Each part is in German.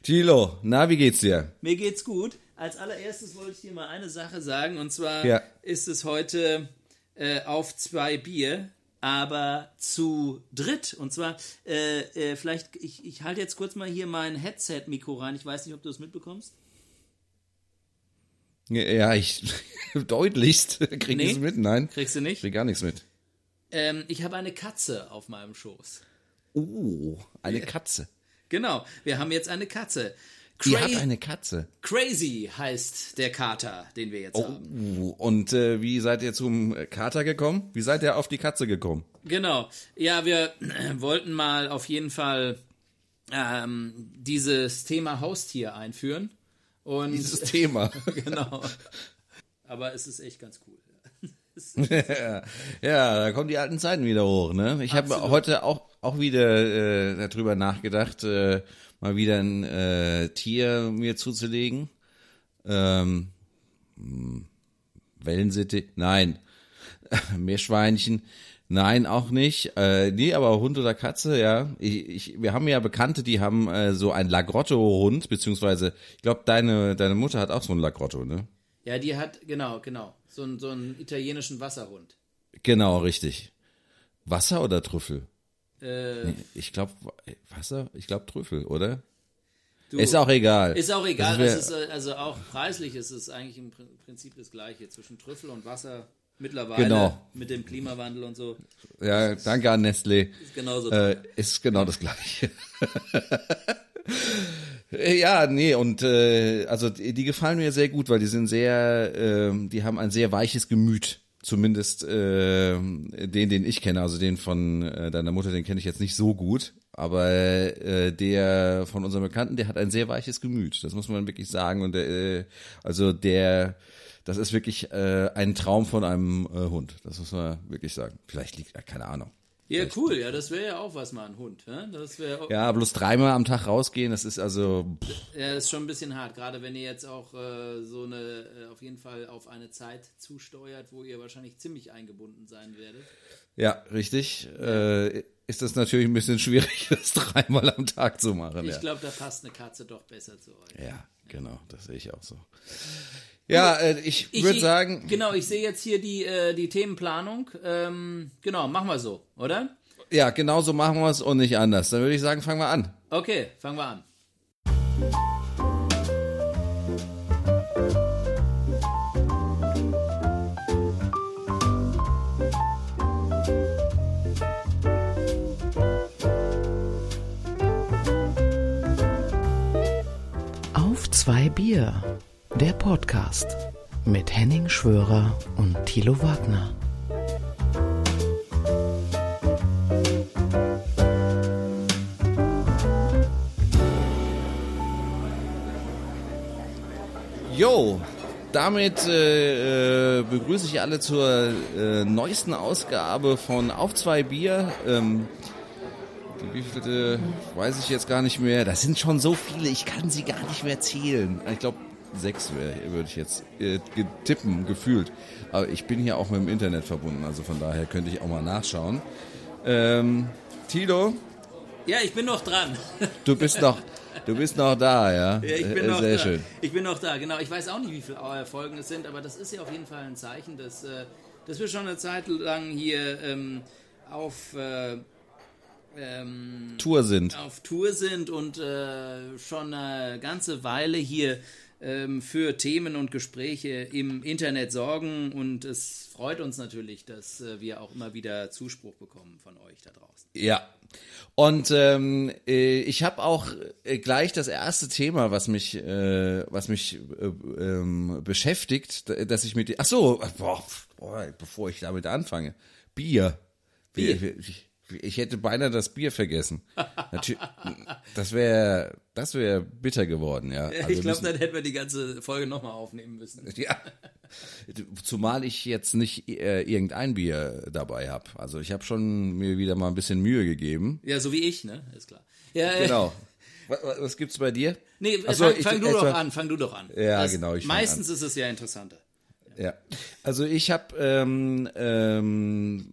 Thilo, na, wie geht's dir? Mir geht's gut. Als allererstes wollte ich dir mal eine Sache sagen, und zwar ist es heute auf 2 Bier, aber zu dritt. Und zwar, vielleicht, ich halte jetzt kurz mal hier mein Headset-Mikro rein. Ich weiß nicht, ob du es mitbekommst. Ja, ich deutlichst krieg ich es mit, nein. Kriegst du nicht? Ich krieg gar nichts mit. Ich habe eine Katze auf meinem Schoß. Oh, eine Katze. Genau, wir haben jetzt eine Katze. Ihr habt eine Katze. Crazy heißt der Kater, den wir jetzt haben. Und wie seid ihr zum Kater gekommen? Wie seid ihr auf die Katze gekommen? Genau, ja, wir wollten mal auf jeden Fall dieses Thema Haustier einführen. Und dieses Thema. Genau. Aber es ist echt ganz cool. Ja, da kommen die alten Zeiten wieder hoch, ne? Ich habe heute auch wieder darüber nachgedacht, mal wieder ein Tier mir zuzulegen. Wellensittich, nein. Meerschweinchen, nein, auch nicht. Nee, aber Hund oder Katze, ja. Wir haben ja Bekannte, die haben so einen Lagotto-Hund, beziehungsweise, ich glaube, deine Mutter hat auch so einen Lagotto, ne? Ja, die hat, genau, so einen italienischen Wasserhund. Genau, richtig. Wasser oder Trüffel? Nee, ich glaube Wasser, ich glaube Trüffel, oder? Ist auch egal. Ist auch egal, es ist, also auch preislich ist es eigentlich im Prinzip das Gleiche zwischen Trüffel und Wasser mittlerweile mit dem Klimawandel und so. Ja, danke an Nestlé. Ist genauso. Ist genau das Gleiche. Ja, nee, und also die gefallen mir sehr gut, weil die sind die haben ein sehr weiches Gemüt. Zumindest den ich kenne, also den von deiner Mutter, den kenne ich jetzt nicht so gut, aber der von unserem Bekannten, der hat ein sehr weiches Gemüt, das muss man wirklich sagen. Und das ist wirklich ein Traum von einem Hund, das muss man wirklich sagen. Vielleicht liegt, keine Ahnung. Ja, cool, ja, das wäre ja auch was mal, ein Hund. Ne? Das ja, bloß 3-mal am Tag rausgehen, das ist also... Ja, das ist schon ein bisschen hart, gerade wenn ihr jetzt auch auf jeden Fall auf eine Zeit zusteuert, wo ihr wahrscheinlich ziemlich eingebunden sein werdet. Ja, richtig. Ist das natürlich ein bisschen schwierig, das 3-mal am Tag zu machen. Ich glaube, da passt eine Katze doch besser zu euch. Ja, genau, das sehe ich auch so. Ja, ich würde sagen... Genau, ich sehe jetzt hier die Themenplanung. Genau, machen wir so, oder? Ja, genau so machen wir es und nicht anders. Dann würde ich sagen, fangen wir an. Okay, fangen wir an. Auf 2 Bier, der Podcast mit Henning Schwörer und Thilo Wagner. Jo, damit begrüße ich alle zur neuesten Ausgabe von Auf 2 Bier. Wie viele weiß ich jetzt gar nicht mehr. Das sind schon so viele, ich kann sie gar nicht mehr zählen. Ich glaube 6 würde ich jetzt tippen, gefühlt. Aber ich bin hier auch mit dem Internet verbunden, also von daher könnte ich auch mal nachschauen. Tilo? Ja, ich bin noch dran. Du bist noch da, ja? Ja, ich bin noch sehr da. Schön. Ich bin noch da, genau. Ich weiß auch nicht, wie viele Folgen es sind, aber das ist ja auf jeden Fall ein Zeichen, dass wir schon eine Zeit lang hier auf Tour sind. Auf Tour sind und schon eine ganze Weile hier für Themen und Gespräche im Internet sorgen, und es freut uns natürlich, dass wir auch immer wieder Zuspruch bekommen von euch da draußen. Ja, und ich habe auch gleich das erste Thema, was mich beschäftigt, dass ich mit... Ach so, bevor ich damit anfange. Bier. Ich hätte beinahe das Bier vergessen. Das wäre bitter geworden, ja. Also ich glaube, dann hätten wir die ganze Folge nochmal aufnehmen müssen. Ja. Zumal ich jetzt nicht irgendein Bier dabei habe. Also ich habe schon mir wieder mal ein bisschen Mühe gegeben. Ja, so wie ich, ne? Ist klar. Ja, genau. Was gibt's bei dir? Nee, fang du doch an. Ja, genau. Meistens ist es ja interessanter. Ja, also ich habe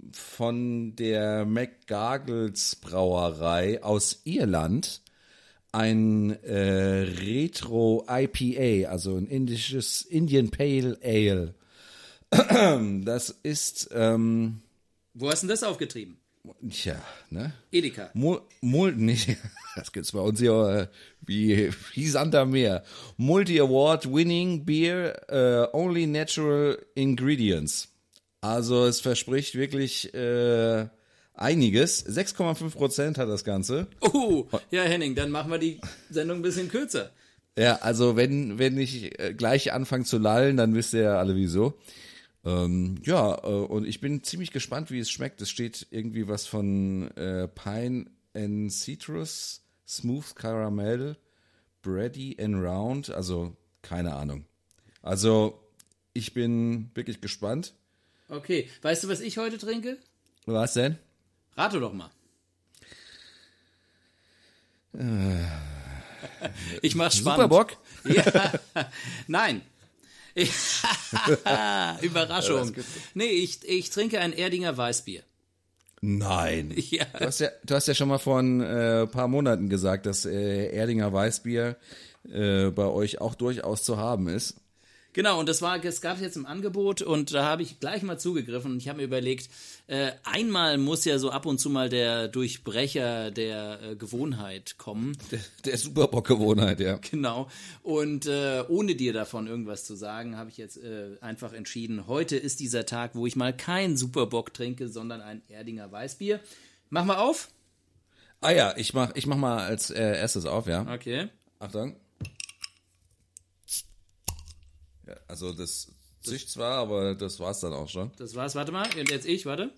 von der McGargles Brauerei aus Irland ein Retro IPA, also ein indisches Indian Pale Ale. Das ist wo hast du denn das aufgetrieben? Tja, ne? Edeka. Nicht. Das gibt's bei uns hier wie Sand am Meer. Multi-Award-Winning Beer, only natural ingredients. Also es verspricht wirklich einiges. 6,5% hat das Ganze. Oh, ja Henning, dann machen wir die Sendung ein bisschen kürzer. Ja, also wenn ich gleich anfange zu lallen, dann wisst ihr ja alle wieso. Und ich bin ziemlich gespannt, wie es schmeckt. Es steht irgendwie was von Pine and Citrus, Smooth Caramel, Bready and Round, also keine Ahnung. Also ich bin wirklich gespannt. Okay, weißt du, was ich heute trinke? Was denn? Rate doch mal. Ich mach's spannend. Superbock? Ja, nein. Überraschung. Nee, ich trinke ein Erdinger Weißbier. Nein. Ja. Du hast ja schon mal vor ein paar Monaten gesagt, dass Erdinger Weißbier bei euch auch durchaus zu haben ist. Genau, und es gab jetzt im Angebot und da habe ich gleich mal zugegriffen und ich habe mir überlegt, einmal muss ja so ab und zu mal der Durchbrecher der Gewohnheit kommen. Der Superbock-Gewohnheit, ja. Genau, und ohne dir davon irgendwas zu sagen, habe ich jetzt einfach entschieden, heute ist dieser Tag, wo ich mal kein Superbock trinke, sondern ein Erdinger Weißbier. Machen wir auf? Ah ja, ich mach mal als erstes auf, ja. Okay. Achtung. Ja, also das zischt zwar, aber das war's dann auch schon. Das war's, warte mal, und jetzt ich, warte.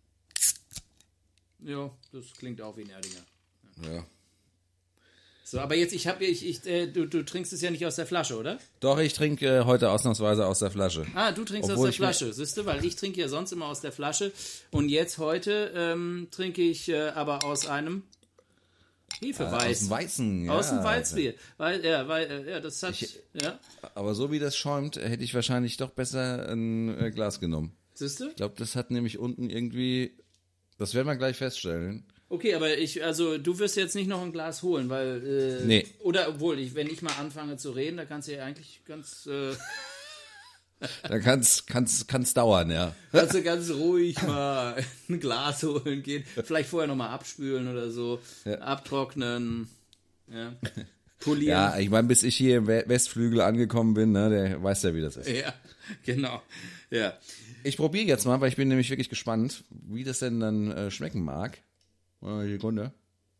Ja, das klingt auch wie ein Erdinger. Ja. So, aber jetzt, du trinkst es ja nicht aus der Flasche, oder? Doch, ich trinke heute ausnahmsweise aus der Flasche. Ah, du trinkst aus der Flasche, siehst du, weil ich trinke ja sonst immer aus der Flasche und jetzt heute trinke ich aber aus einem Hefeweiß. Aus dem Weizen, ja. Aus dem Weißbier. Das hat, ja. Aber so wie das schäumt, hätte ich wahrscheinlich doch besser ein Glas genommen. Siehst du? Ich glaube, das hat nämlich unten irgendwie, das werden wir gleich feststellen. Okay, aber du wirst jetzt nicht noch ein Glas holen, weil, nee. Oder, obwohl, wenn ich mal anfange zu reden, da kannst du ja eigentlich ganz, Da kann's dauern, ja. Kannst du ganz ruhig mal ein Glas holen gehen, vielleicht vorher nochmal abspülen oder so, ja. Abtrocknen, ja. Polieren. Ja, ich meine, bis ich hier im Westflügel angekommen bin, ne, der weiß ja, wie das ist. Ja, genau, ja. Ich probiere jetzt mal, weil ich bin nämlich wirklich gespannt, wie das denn dann schmecken mag. Sekunde.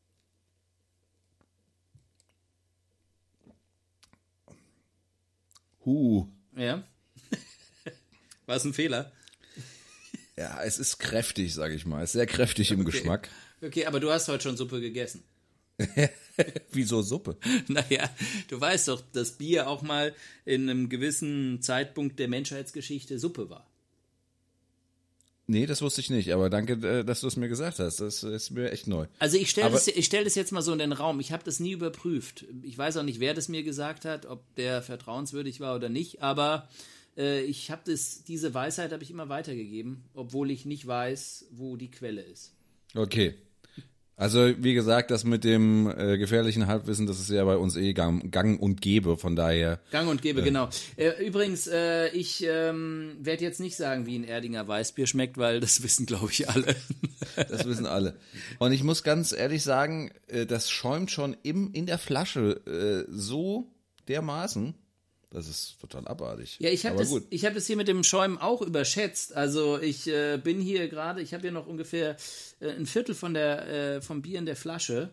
Ja. War es ein Fehler? Ja, es ist kräftig, sage ich mal. Es ist sehr kräftig im Geschmack. Okay, aber du hast heute schon Suppe gegessen. Wieso Suppe? Naja, du weißt doch, dass Bier auch mal in einem gewissen Zeitpunkt der Menschheitsgeschichte Suppe war. Nee, das wusste ich nicht, aber danke, dass du es mir gesagt hast. Das ist mir echt neu. Also ich stell das jetzt mal so in den Raum. Ich habe das nie überprüft. Ich weiß auch nicht, wer das mir gesagt hat, ob der vertrauenswürdig war oder nicht, aber ich habe diese Weisheit habe ich immer weitergegeben, obwohl ich nicht weiß, wo die Quelle ist. Okay. Also wie gesagt, das mit dem gefährlichen Halbwissen, das ist ja bei uns gang und gäbe, von daher. Gang und gäbe, genau. Übrigens, ich werde jetzt nicht sagen, wie ein Erdinger Weißbier schmeckt, weil das wissen, glaube ich, alle. Das wissen alle. Und ich muss ganz ehrlich sagen, das schäumt schon in der Flasche so dermaßen. Das ist total abartig. Ja, ich habe das hier mit dem Schäumen auch überschätzt. Also ich bin hier gerade, ich habe hier noch ungefähr ein Viertel vom Bier in der Flasche.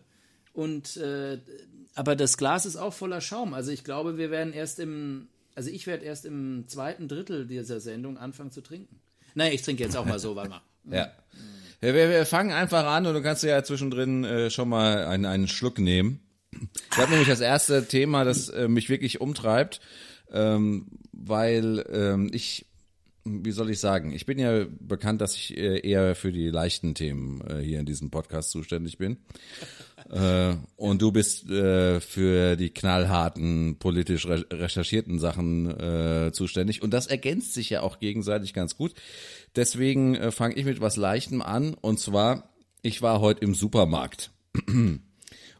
Aber das Glas ist auch voller Schaum. Also ich glaube, ich werde erst im zweiten Drittel dieser Sendung anfangen zu trinken. Naja, ich trinke jetzt auch mal so, warte mal. Ja. Wir fangen einfach an und du kannst ja zwischendrin schon mal einen Schluck nehmen. Ich habe nämlich das erste Thema, das mich wirklich umtreibt, weil wie soll ich sagen, ich bin ja bekannt, dass ich eher für die leichten Themen hier in diesem Podcast zuständig bin. Und du bist für die knallharten, politisch recherchierten Sachen zuständig. Und das ergänzt sich ja auch gegenseitig ganz gut. Deswegen fange ich mit was Leichtem an. Und zwar, ich war heute im Supermarkt.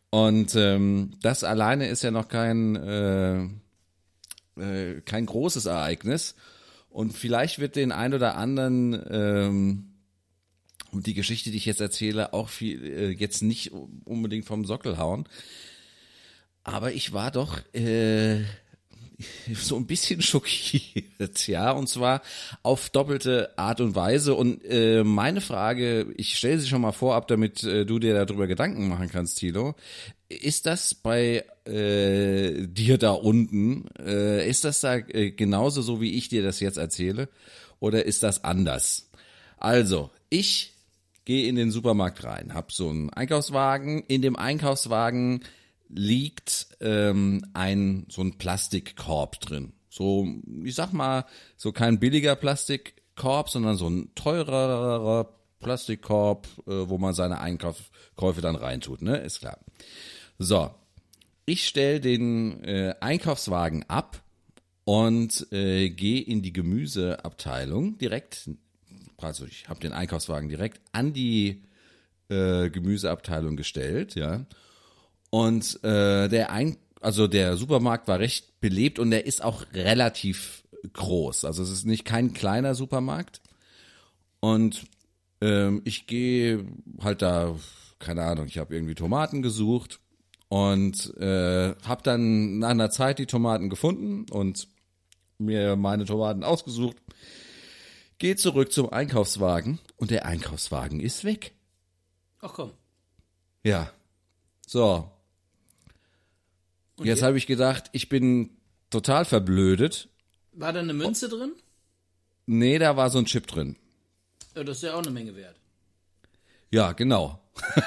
Und das alleine ist ja noch kein großes Ereignis. Und vielleicht wird den ein oder anderen die Geschichte, die ich jetzt erzähle, auch jetzt nicht unbedingt vom Sockel hauen. Aber ich war doch so ein bisschen schockiert, ja, und zwar auf doppelte Art und Weise. Und meine Frage, ich stelle sie schon mal vorab, damit du dir darüber Gedanken machen kannst, Thilo. Ist das bei dir da unten, ist das da genauso so, wie ich dir das jetzt erzähle, oder ist das anders? Also, ich gehe in den Supermarkt rein, hab so einen Einkaufswagen, in dem Einkaufswagen liegt so ein Plastikkorb drin. So, ich sag mal, so kein billiger Plastikkorb, sondern so ein teurerer Plastikkorb, wo man seine Einkäufe dann reintut, ne? Ist klar. So, ich stelle den Einkaufswagen ab und gehe in die Gemüseabteilung direkt. Also ich habe den Einkaufswagen direkt an die Gemüseabteilung gestellt, ja. Und der Supermarkt war recht belebt und der ist auch relativ groß. Also es ist nicht kein kleiner Supermarkt. Und ich gehe halt da, keine Ahnung, ich habe irgendwie Tomaten gesucht und habe dann nach einer Zeit die Tomaten gefunden und mir meine Tomaten ausgesucht. Gehe zurück zum Einkaufswagen und der Einkaufswagen ist weg. Ach komm. Ja. So. Und jetzt habe ich gedacht, ich bin total verblödet. War da eine Münze drin? Nee, da war so ein Chip drin. Ja, das ist ja auch eine Menge wert. Ja, genau.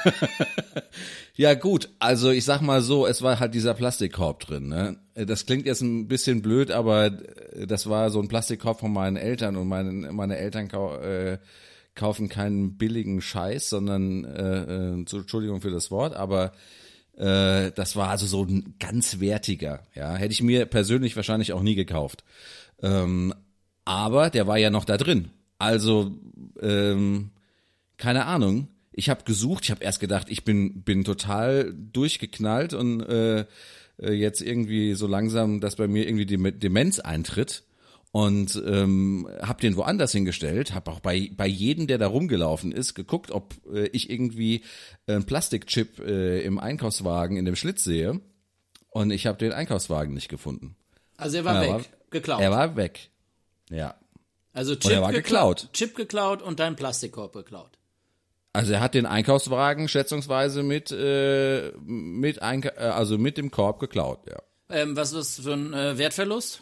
Ja gut, also ich sag mal so, es war halt dieser Plastikkorb drin. Ne? Das klingt jetzt ein bisschen blöd, aber das war so ein Plastikkorb von meinen Eltern und meine Eltern kaufen keinen billigen Scheiß, sondern, Entschuldigung für das Wort, aber das war also so ein ganz wertiger. Ja, hätte ich mir persönlich wahrscheinlich auch nie gekauft. Aber der war ja noch da drin. Also, keine Ahnung. Ich habe gesucht, ich habe erst gedacht, ich bin total durchgeknallt und jetzt irgendwie so langsam, dass bei mir irgendwie die Demenz eintritt und habe den woanders hingestellt, habe auch bei jedem, der da rumgelaufen ist, geguckt, ob ich irgendwie einen Plastikchip im Einkaufswagen in dem Schlitz sehe und ich habe den Einkaufswagen nicht gefunden. Also er war weg, geklaut. Er war weg, ja. Also Chip geklaut und dein Plastikkorb geklaut. Also er hat den Einkaufswagen schätzungsweise mit dem Korb geklaut, ja. Was ist das für ein Wertverlust?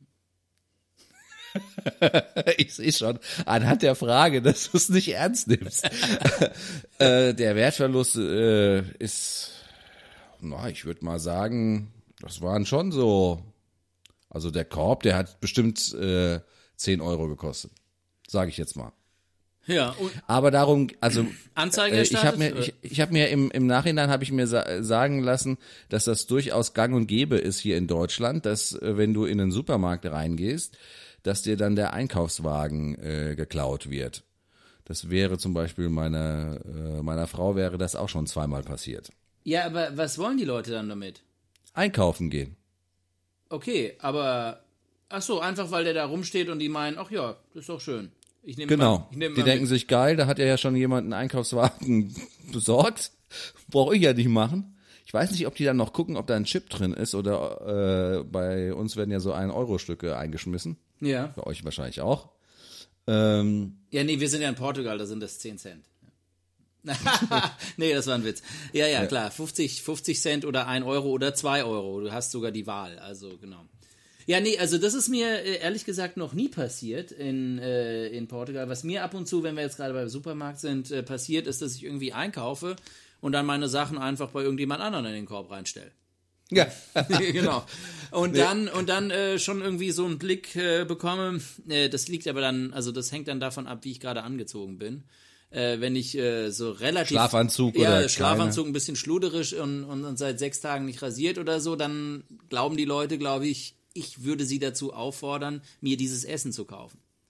Ich sehe schon anhand der Frage, dass du es nicht ernst nimmst. Der Wertverlust ist, ich würde mal sagen, das waren schon so, also der Korb, der hat bestimmt 10 Euro gekostet, sage ich jetzt mal. Ja. Aber darum, also Anzeige erstattet? Ich habe mir im Nachhinein habe ich mir sagen lassen, dass das durchaus gang und gäbe ist hier in Deutschland, dass wenn du in einen Supermarkt reingehst, dass dir dann der Einkaufswagen geklaut wird. Das wäre zum Beispiel meiner Frau wäre das auch schon zweimal passiert. Ja, aber was wollen die Leute dann damit? Einkaufen gehen. Okay, aber ach so, einfach weil der da rumsteht und die meinen, ach ja, das ist doch schön. Die denken sich, geil, da hat ja schon jemand einen Einkaufswagen besorgt. Brauche ich ja nicht machen. Ich weiß nicht, ob die dann noch gucken, ob da ein Chip drin ist oder bei uns werden ja so 1-Euro-Stücke eingeschmissen. Ja. Bei euch wahrscheinlich auch. Ja, nee, wir sind ja in Portugal, da sind das 10 Cent. Nee, das war ein Witz. Ja, klar, 50 Cent oder 1 Euro oder 2 Euro. Du hast sogar die Wahl, also genau. Ja, nee, also das ist mir ehrlich gesagt noch nie passiert in Portugal. Was mir ab und zu, wenn wir jetzt gerade beim Supermarkt sind, passiert, ist, dass ich irgendwie einkaufe und dann meine Sachen einfach bei irgendjemand anderen in den Korb reinstelle. Ja. Genau. Und dann schon irgendwie so einen Blick bekomme. Das liegt aber dann, also das hängt dann davon ab, wie ich gerade angezogen bin. Wenn ich so relativ... Schlafanzug oder Schlafanzug ein bisschen schluderisch und seit 6 Tagen nicht rasiert oder so, dann glauben die Leute, glaube ich würde sie dazu auffordern, mir dieses Essen zu kaufen.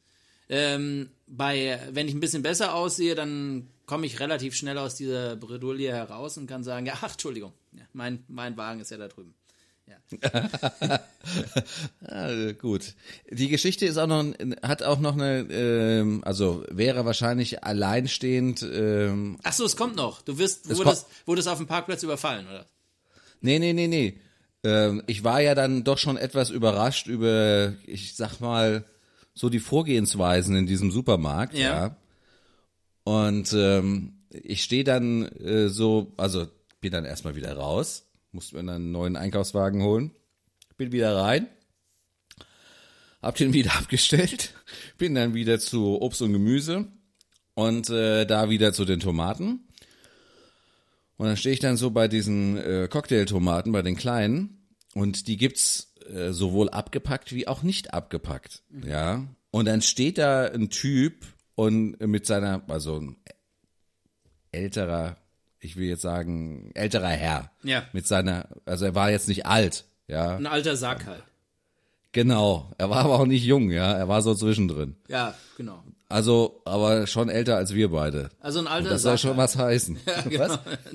wenn ich ein bisschen besser aussehe, dann komme ich relativ schnell aus dieser Bredouille heraus und kann sagen, ja, ach, Entschuldigung, ja, mein Wagen ist ja da drüben. Ja. Gut. Die Geschichte ist hat auch noch eine, also wäre wahrscheinlich alleinstehend. Ach so, es kommt noch. Du wurdest auf dem Parkplatz überfallen, oder? Nee. Ich war ja dann doch schon etwas überrascht über, ich sag mal, so die Vorgehensweisen in diesem Supermarkt. Ja. Und ich stehe dann bin dann erstmal wieder raus. Musste mir dann einen neuen Einkaufswagen holen. Bin wieder rein. Hab den wieder abgestellt. Bin dann wieder zu Obst und Gemüse. Und da wieder zu den Tomaten. Und dann stehe ich dann so bei diesen Cocktailtomaten, bei den kleinen. Und die gibt's sowohl abgepackt wie auch nicht abgepackt. Ja. Und dann steht da ein Typ und mit seiner, also ein älterer Herr. Ja. Mit seiner, also er war jetzt nicht alt, ja. Ein alter Sack halt. Genau. Er war aber auch nicht jung, ja. Er war so zwischendrin. Ja, genau. Also, aber schon älter als wir beide. Also ein alter Sack. Das soll schon was heißen. Ja, genau.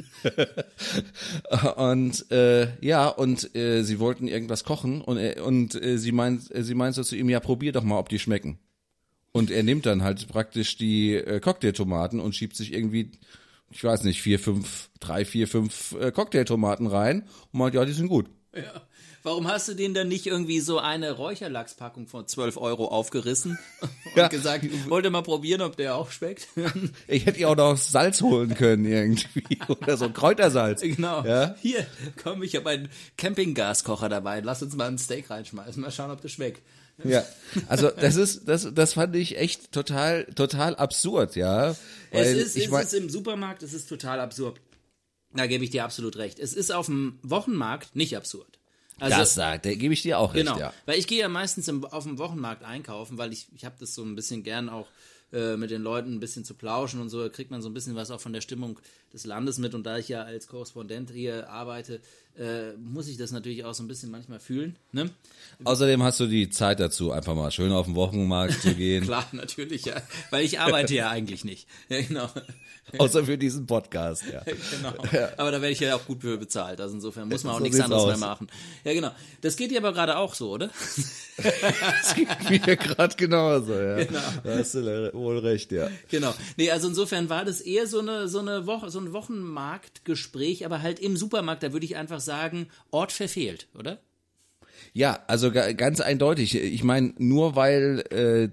Was? Und sie wollten irgendwas kochen und sie meint so zu ihm, ja, probier doch mal, ob die schmecken. Und er nimmt dann halt praktisch die Cocktailtomaten und schiebt sich irgendwie, ich weiß nicht, 3, 4, 5 Cocktailtomaten rein und meint, ja, die sind gut. Ja. Warum hast du denen dann nicht irgendwie so eine Räucherlachspackung von 12 € aufgerissen und gesagt, wollt ihr mal probieren, ob der auch schmeckt? Ich hätte ja auch noch Salz holen können irgendwie oder so Kräutersalz. Genau. Ja? Hier, komm, ich habe einen Campinggaskocher dabei. Lass uns mal ein Steak reinschmeißen, mal schauen, ob das schmeckt. Ja, also das fand ich echt total absurd, ja. Weil es ist im Supermarkt, es ist total absurd. Da gebe ich dir absolut recht. Es ist auf dem Wochenmarkt nicht absurd. Also, da gebe ich dir auch recht, genau, ja. Weil ich gehe ja meistens auf dem Wochenmarkt einkaufen, weil ich habe das so ein bisschen gern auch mit den Leuten ein bisschen zu plauschen und so, da kriegt man so ein bisschen was auch von der Stimmung des Landes mit, und da ich ja als Korrespondent hier arbeite, muss ich das natürlich auch so ein bisschen manchmal fühlen. Ne? Außerdem hast du die Zeit dazu, einfach mal schön auf den Wochenmarkt zu gehen. Klar, natürlich, ja, weil ich arbeite ja eigentlich nicht. Ja, genau. Außer für diesen Podcast, ja. Genau. Ja. Aber da werde ich ja auch gut für bezahlt, also insofern muss man auch nichts anderes mehr machen. Ja, genau. Das geht dir aber gerade auch so, oder? Das geht mir gerade genauso, ja. Genau. Da hast du wohl recht, ja. Genau. Nee, also insofern war das eher so ein Wochenmarktgespräch, aber halt im Supermarkt, da würde ich einfach sagen, Ort verfehlt, oder? Ja, also ganz eindeutig. Ich meine, nur weil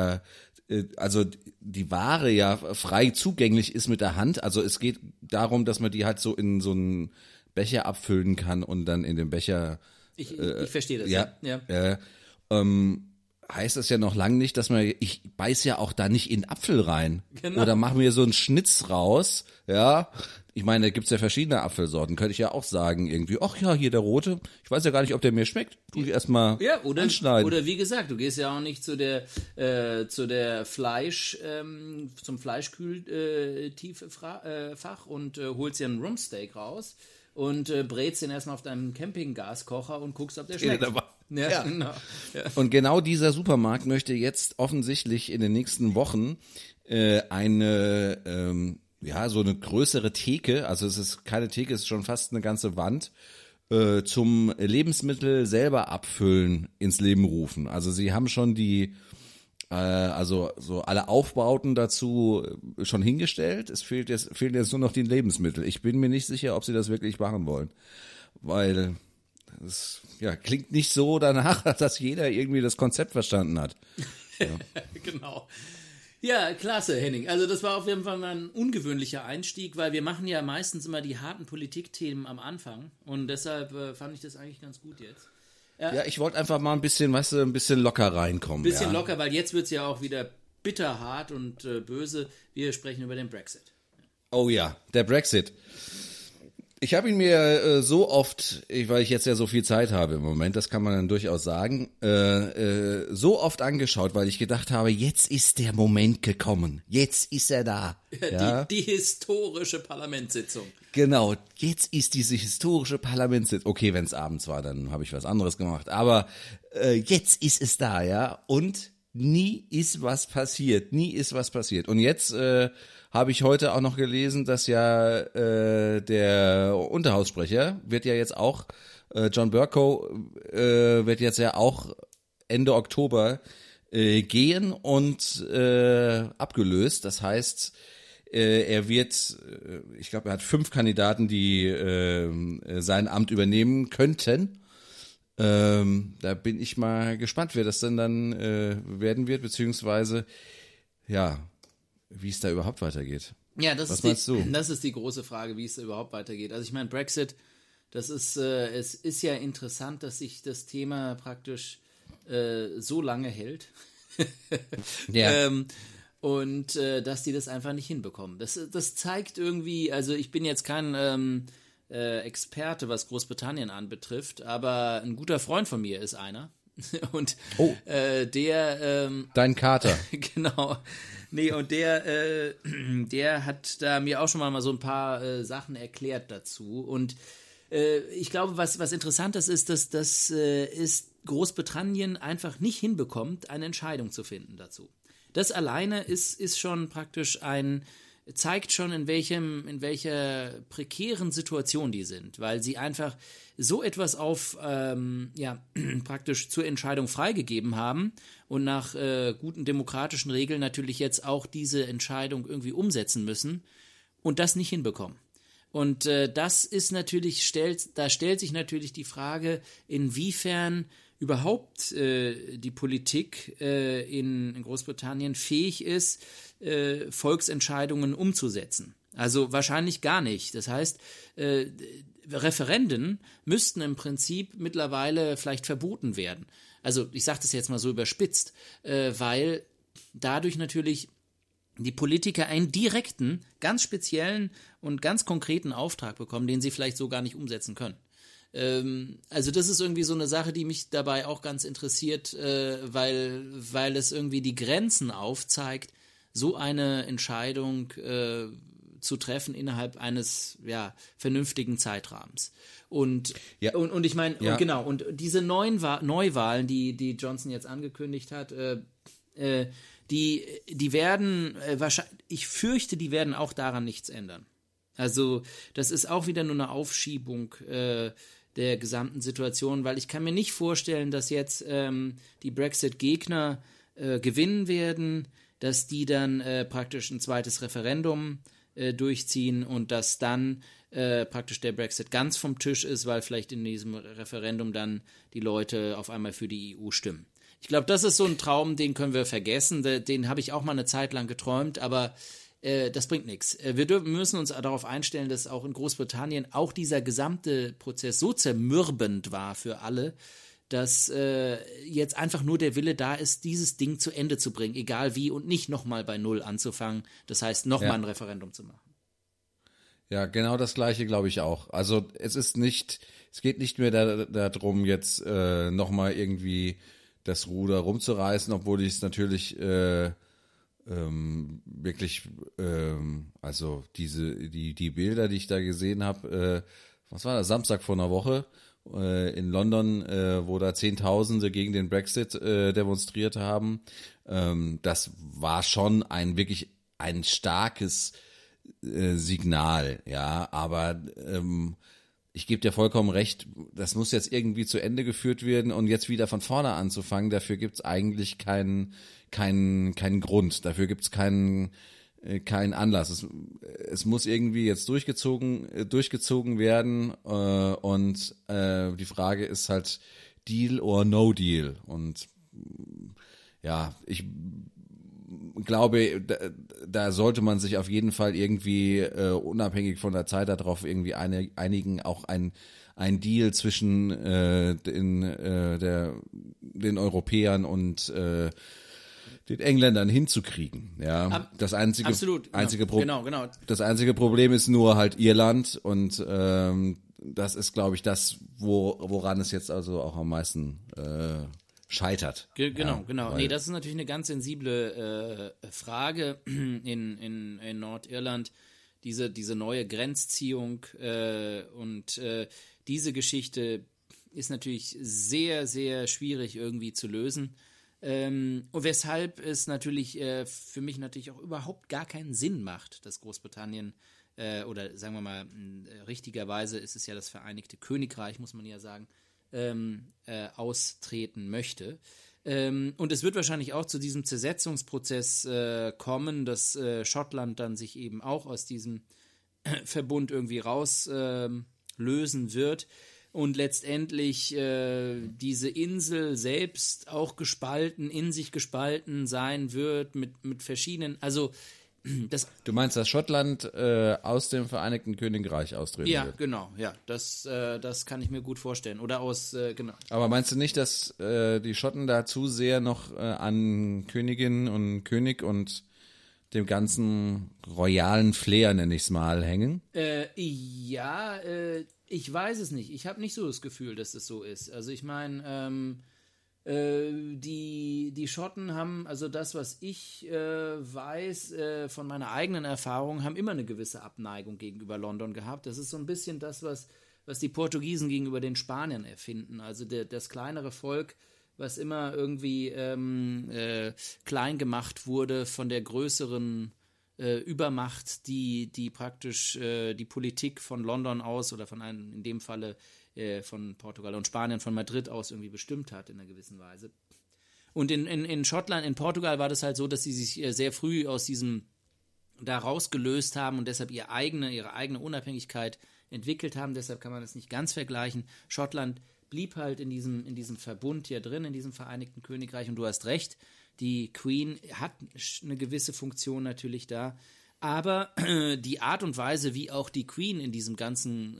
also die Ware ja frei zugänglich ist mit der Hand, also es geht darum, dass man die halt so in so einen Becher abfüllen kann und dann in den Becher. Ich verstehe das. Ja. Heißt das ja noch lange nicht, dass ich beiß ja auch da nicht in Apfel rein. Genau. Oder mache mir so einen Schnitz raus, ja. Ich meine, da gibt's ja verschiedene Apfelsorten, könnte ich ja auch sagen irgendwie, ach ja, hier der rote, ich weiß ja gar nicht, ob der mir schmeckt, tu ich erstmal anschneiden. Oder wie gesagt, du gehst ja auch nicht zum Fleischkühltieffach und holst dir einen Rumpsteak raus und brätst den erstmal auf deinem Campinggaskocher und guckst, ob der schmeckt. Ja. Genau. Ja. Und genau dieser Supermarkt möchte jetzt offensichtlich in den nächsten Wochen so eine größere Theke, also es ist keine Theke, es ist schon fast eine ganze Wand, zum Lebensmittel selber abfüllen ins Leben rufen. Also sie haben schon so alle Aufbauten dazu schon hingestellt. Es fehlen jetzt nur noch die Lebensmittel. Ich bin mir nicht sicher, ob sie das wirklich machen wollen, weil es klingt nicht so danach, dass jeder irgendwie das Konzept verstanden hat. Ja. Genau. Ja, klasse, Henning. Also das war auf jeden Fall mal ein ungewöhnlicher Einstieg, weil wir machen ja meistens immer die harten Politikthemen am Anfang und deshalb fand ich das eigentlich ganz gut jetzt. Ja, ich wollte einfach mal ein bisschen locker reinkommen. Ein bisschen locker, weil jetzt wird es ja auch wieder bitterhart und böse. Wir sprechen über den Brexit. Oh ja, der Brexit. Ich habe ihn mir so oft, weil ich jetzt ja so viel Zeit habe im Moment, das kann man dann durchaus sagen, so oft angeschaut, weil ich gedacht habe, jetzt ist der Moment gekommen, jetzt ist er da. Ja? Die historische Parlamentssitzung. Genau, jetzt ist diese historische Parlamentssitzung. Okay, wenn es abends war, dann habe ich was anderes gemacht, aber jetzt ist es da, ja. Und nie ist was passiert. Und jetzt habe ich heute auch noch gelesen, dass ja der Unterhaussprecher wird ja jetzt auch, John Bercow wird jetzt ja auch Ende Oktober gehen und abgelöst. Das heißt, er wird, ich glaube, er hat 5 Kandidaten, die sein Amt übernehmen könnten. Da bin ich mal gespannt, wer das denn dann werden wird, beziehungsweise, ja, wie es da überhaupt weitergeht. Ja, Was meinst du? Das ist die große Frage, wie es da überhaupt weitergeht. Also ich meine, Brexit, es ist ja interessant, dass sich das Thema praktisch so lange hält. Ja. Und dass die das einfach nicht hinbekommen. Das zeigt irgendwie, also ich bin jetzt kein Experte, was Großbritannien anbetrifft, aber ein guter Freund von mir ist einer. Und der Dein Kater. Genau. Nee, und der hat da mir auch schon mal so ein paar Sachen erklärt dazu. Und ich glaube, was Interessantes ist, dass Großbritannien einfach nicht hinbekommt, eine Entscheidung zu finden dazu. Das alleine ist schon praktisch zeigt schon, in welcher prekären Situation die sind, weil sie einfach so etwas praktisch zur Entscheidung freigegeben haben und nach guten demokratischen Regeln natürlich jetzt auch diese Entscheidung irgendwie umsetzen müssen und das nicht hinbekommen. Und das ist natürlich, da stellt sich natürlich die Frage, inwiefern überhaupt die Politik in Großbritannien fähig ist, Volksentscheidungen umzusetzen. Also wahrscheinlich gar nicht. Das heißt, Referenden müssten im Prinzip mittlerweile vielleicht verboten werden. Also ich sage das jetzt mal so überspitzt, weil dadurch natürlich die Politiker einen direkten, ganz speziellen und ganz konkreten Auftrag bekommen, den sie vielleicht so gar nicht umsetzen können. Also das ist irgendwie so eine Sache, die mich dabei auch ganz interessiert, weil es irgendwie die Grenzen aufzeigt, so eine Entscheidung zu treffen innerhalb eines vernünftigen Zeitrahmens. Und ich meine, genau, und diese Neuwahlen, die Johnson jetzt angekündigt hat, die werden wahrscheinlich, ich fürchte, die werden auch daran nichts ändern. Also das ist auch wieder nur eine Aufschiebung der gesamten Situation, weil ich kann mir nicht vorstellen, dass jetzt die Brexit-Gegner gewinnen werden, dass die dann praktisch ein zweites Referendum durchziehen und dass dann praktisch der Brexit ganz vom Tisch ist, weil vielleicht in diesem Referendum dann die Leute auf einmal für die EU stimmen. Ich glaube, das ist so ein Traum, den können wir vergessen. Den habe ich auch mal eine Zeit lang geträumt, aber das bringt nichts. Wir müssen uns darauf einstellen, dass auch in Großbritannien auch dieser gesamte Prozess so zermürbend war für alle, dass jetzt einfach nur der Wille da ist, dieses Ding zu Ende zu bringen, egal wie, und nicht nochmal bei Null anzufangen. Das heißt, nochmal ein Referendum zu machen. Ja, genau das Gleiche glaube ich auch. Also es geht nicht mehr darum, jetzt nochmal irgendwie das Ruder rumzureißen, obwohl ich es natürlich wirklich, also die Bilder, die ich da gesehen habe, was war das, Samstag vor einer Woche in London, wo da Zehntausende gegen den Brexit demonstriert haben, das war schon wirklich ein starkes Signal, ja, aber ich gebe dir vollkommen recht, das muss jetzt irgendwie zu Ende geführt werden und jetzt wieder von vorne anzufangen, dafür gibt's eigentlich keinen Grund, dafür gibt's keinen Anlass. Es muss irgendwie jetzt durchgezogen werden und die Frage ist halt Deal or No Deal und ja, ich glaube, da sollte man sich auf jeden Fall irgendwie unabhängig von der Zeit darauf irgendwie einigen, auch ein Deal zwischen den Europäern und den Engländern hinzukriegen. Ja, das einzige Genau. Das einzige Problem ist nur halt Irland und das ist, glaube ich, das, woran es jetzt also auch am meisten scheitert. Genau. Nee, das ist natürlich eine ganz sensible Frage in Nordirland, diese neue Grenzziehung und diese Geschichte ist natürlich sehr, sehr schwierig irgendwie zu lösen. Und weshalb es natürlich für mich natürlich auch überhaupt gar keinen Sinn macht, dass Großbritannien oder sagen wir mal, richtigerweise ist es ja das Vereinigte Königreich, muss man ja sagen, austreten möchte. Und es wird wahrscheinlich auch zu diesem Zersetzungsprozess kommen, dass Schottland dann sich eben auch aus diesem Verbund irgendwie rauslösen wird und letztendlich diese Insel selbst auch in sich gespalten sein wird mit verschiedenen, also Du meinst, dass Schottland aus dem Vereinigten Königreich austreten wird? Ja, genau, ja, das kann ich mir gut vorstellen. Oder genau. Aber meinst du nicht, dass die Schotten da zu sehr noch an Königin und König und dem ganzen royalen Flair, nenne ich es mal, hängen? Ich weiß es nicht. Ich habe nicht so das Gefühl, dass das so ist. Also ich meine, die Schotten haben, also das, was ich weiß von meiner eigenen Erfahrung, haben immer eine gewisse Abneigung gegenüber London gehabt. Das ist so ein bisschen das, was die Portugiesen gegenüber den Spaniern erfinden. Also das kleinere Volk, was immer irgendwie klein gemacht wurde von der größeren Übermacht, die praktisch die Politik von London aus oder in dem Falle von Portugal und Spanien, von Madrid aus irgendwie bestimmt hat in einer gewissen Weise. Und in Schottland, in Portugal war das halt so, dass sie sich sehr früh aus diesem da rausgelöst haben und deshalb ihre eigene Unabhängigkeit entwickelt haben. Deshalb kann man das nicht ganz vergleichen. Schottland blieb halt in diesem Verbund hier drin, in diesem Vereinigten Königreich. Und du hast recht, die Queen hat eine gewisse Funktion natürlich da. Aber die Art und Weise, wie auch die Queen in diesem ganzen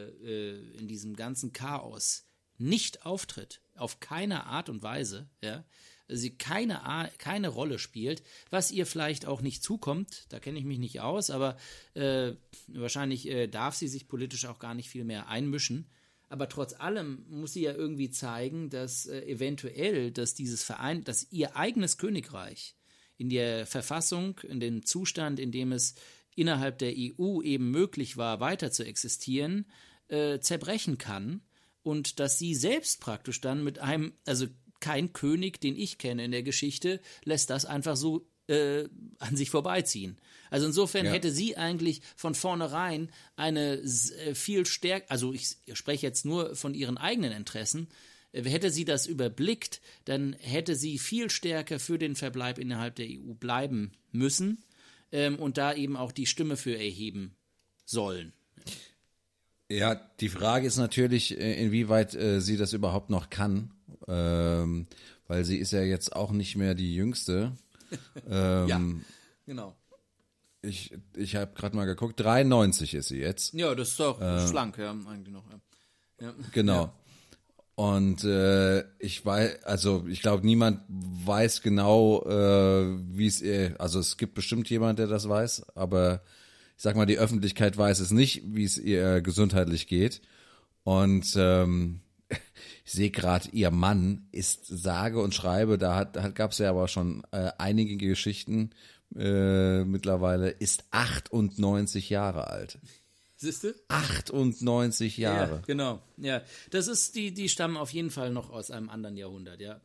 Chaos nicht auftritt, auf keine Art und Weise, ja, sie keine Rolle spielt, was ihr vielleicht auch nicht zukommt, da kenne ich mich nicht aus, aber wahrscheinlich darf sie sich politisch auch gar nicht viel mehr einmischen. Aber trotz allem muss sie ja irgendwie zeigen, dass eventuell, dass ihr eigenes Königreich in der Verfassung, in dem Zustand, in dem es innerhalb der EU eben möglich war, weiter zu existieren, zerbrechen kann und dass sie selbst praktisch dann also kein König, den ich kenne in der Geschichte, lässt das einfach so an sich vorbeiziehen. Also insofern hätte sie eigentlich von vornherein eine viel stärker, also ich spreche jetzt nur von ihren eigenen Interessen, hätte sie das überblickt, dann hätte sie viel stärker für den Verbleib innerhalb der EU bleiben müssen und da eben auch die Stimme für erheben sollen. Ja, die Frage ist natürlich, inwieweit sie das überhaupt noch kann, weil sie ist ja jetzt auch nicht mehr die Jüngste. Ja, genau. Ich habe gerade mal geguckt, 93 ist sie jetzt. Ja, das ist doch schlank, ja, eigentlich noch. Ja. Genau. Ja. Und ich glaube, niemand weiß genau, wie es ihr, also es gibt bestimmt jemand, der das weiß, aber ich sag mal, die Öffentlichkeit weiß es nicht, wie es ihr gesundheitlich geht. Und ich sehe gerade, ihr Mann ist sage und schreibe, gab es ja aber schon einige Geschichten mittlerweile, ist 98 Jahre alt. Siehste? 98 Jahre. Ja, genau. Ja, das ist die stammen auf jeden Fall noch aus einem anderen Jahrhundert, ja.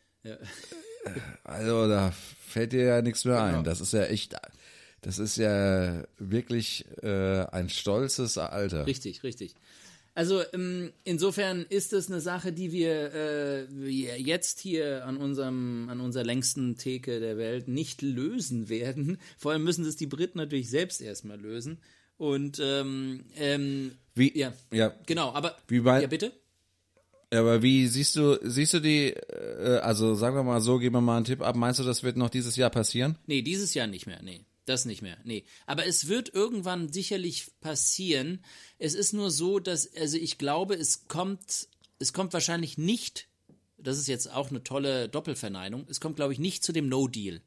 Also da fällt dir ja nichts mehr ein. Das ist ja wirklich ein stolzes Alter. Richtig. Also insofern ist es eine Sache, die wir jetzt hier an unserer längsten Theke der Welt nicht lösen werden. Vor allem müssen das die Briten natürlich selbst erstmal lösen. Und genau, aber ja, bitte? Aber wie siehst du die, also sagen wir mal so, geben wir mal einen Tipp ab, meinst du, das wird noch dieses Jahr passieren? Nee, dieses Jahr nicht mehr, nee. Das nicht mehr, nee. Aber es wird irgendwann sicherlich passieren. Es ist nur so, also ich glaube, es kommt wahrscheinlich nicht, das ist jetzt auch eine tolle Doppelverneinung, es kommt, glaube ich, nicht zu dem No-Deal.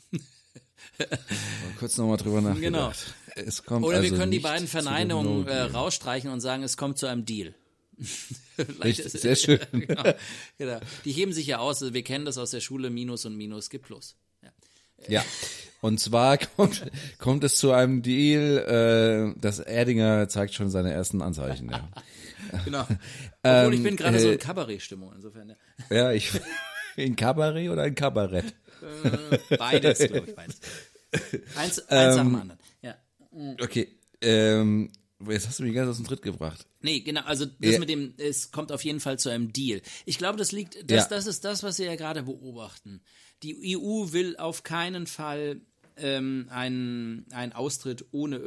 Kurz nochmal drüber nachgedacht. Genau. Es kommt Oder also wir können die beiden Verneinungen rausstreichen und sagen, es kommt zu einem Deal. Richtig, sehr schön. Genau. Die heben sich ja aus, also wir kennen das aus der Schule, Minus und Minus gibt Plus. Ja, und zwar kommt es zu einem Deal, das Erdinger zeigt schon seine ersten Anzeichen. Ja. Genau. Obwohl ich bin gerade so in Kabarettstimmung, insofern. Ja, Ein Kabarett oder ein Kabarett? Beides, glaube ich, beides. Eins nach dem anderen, ja. Okay, jetzt hast du mich ganz aus dem Tritt gebracht. Nee, genau, also das mit dem, es kommt auf jeden Fall zu einem Deal. Ich glaube, das ist das, was wir ja gerade beobachten. Die EU will auf keinen Fall einen Austritt ohne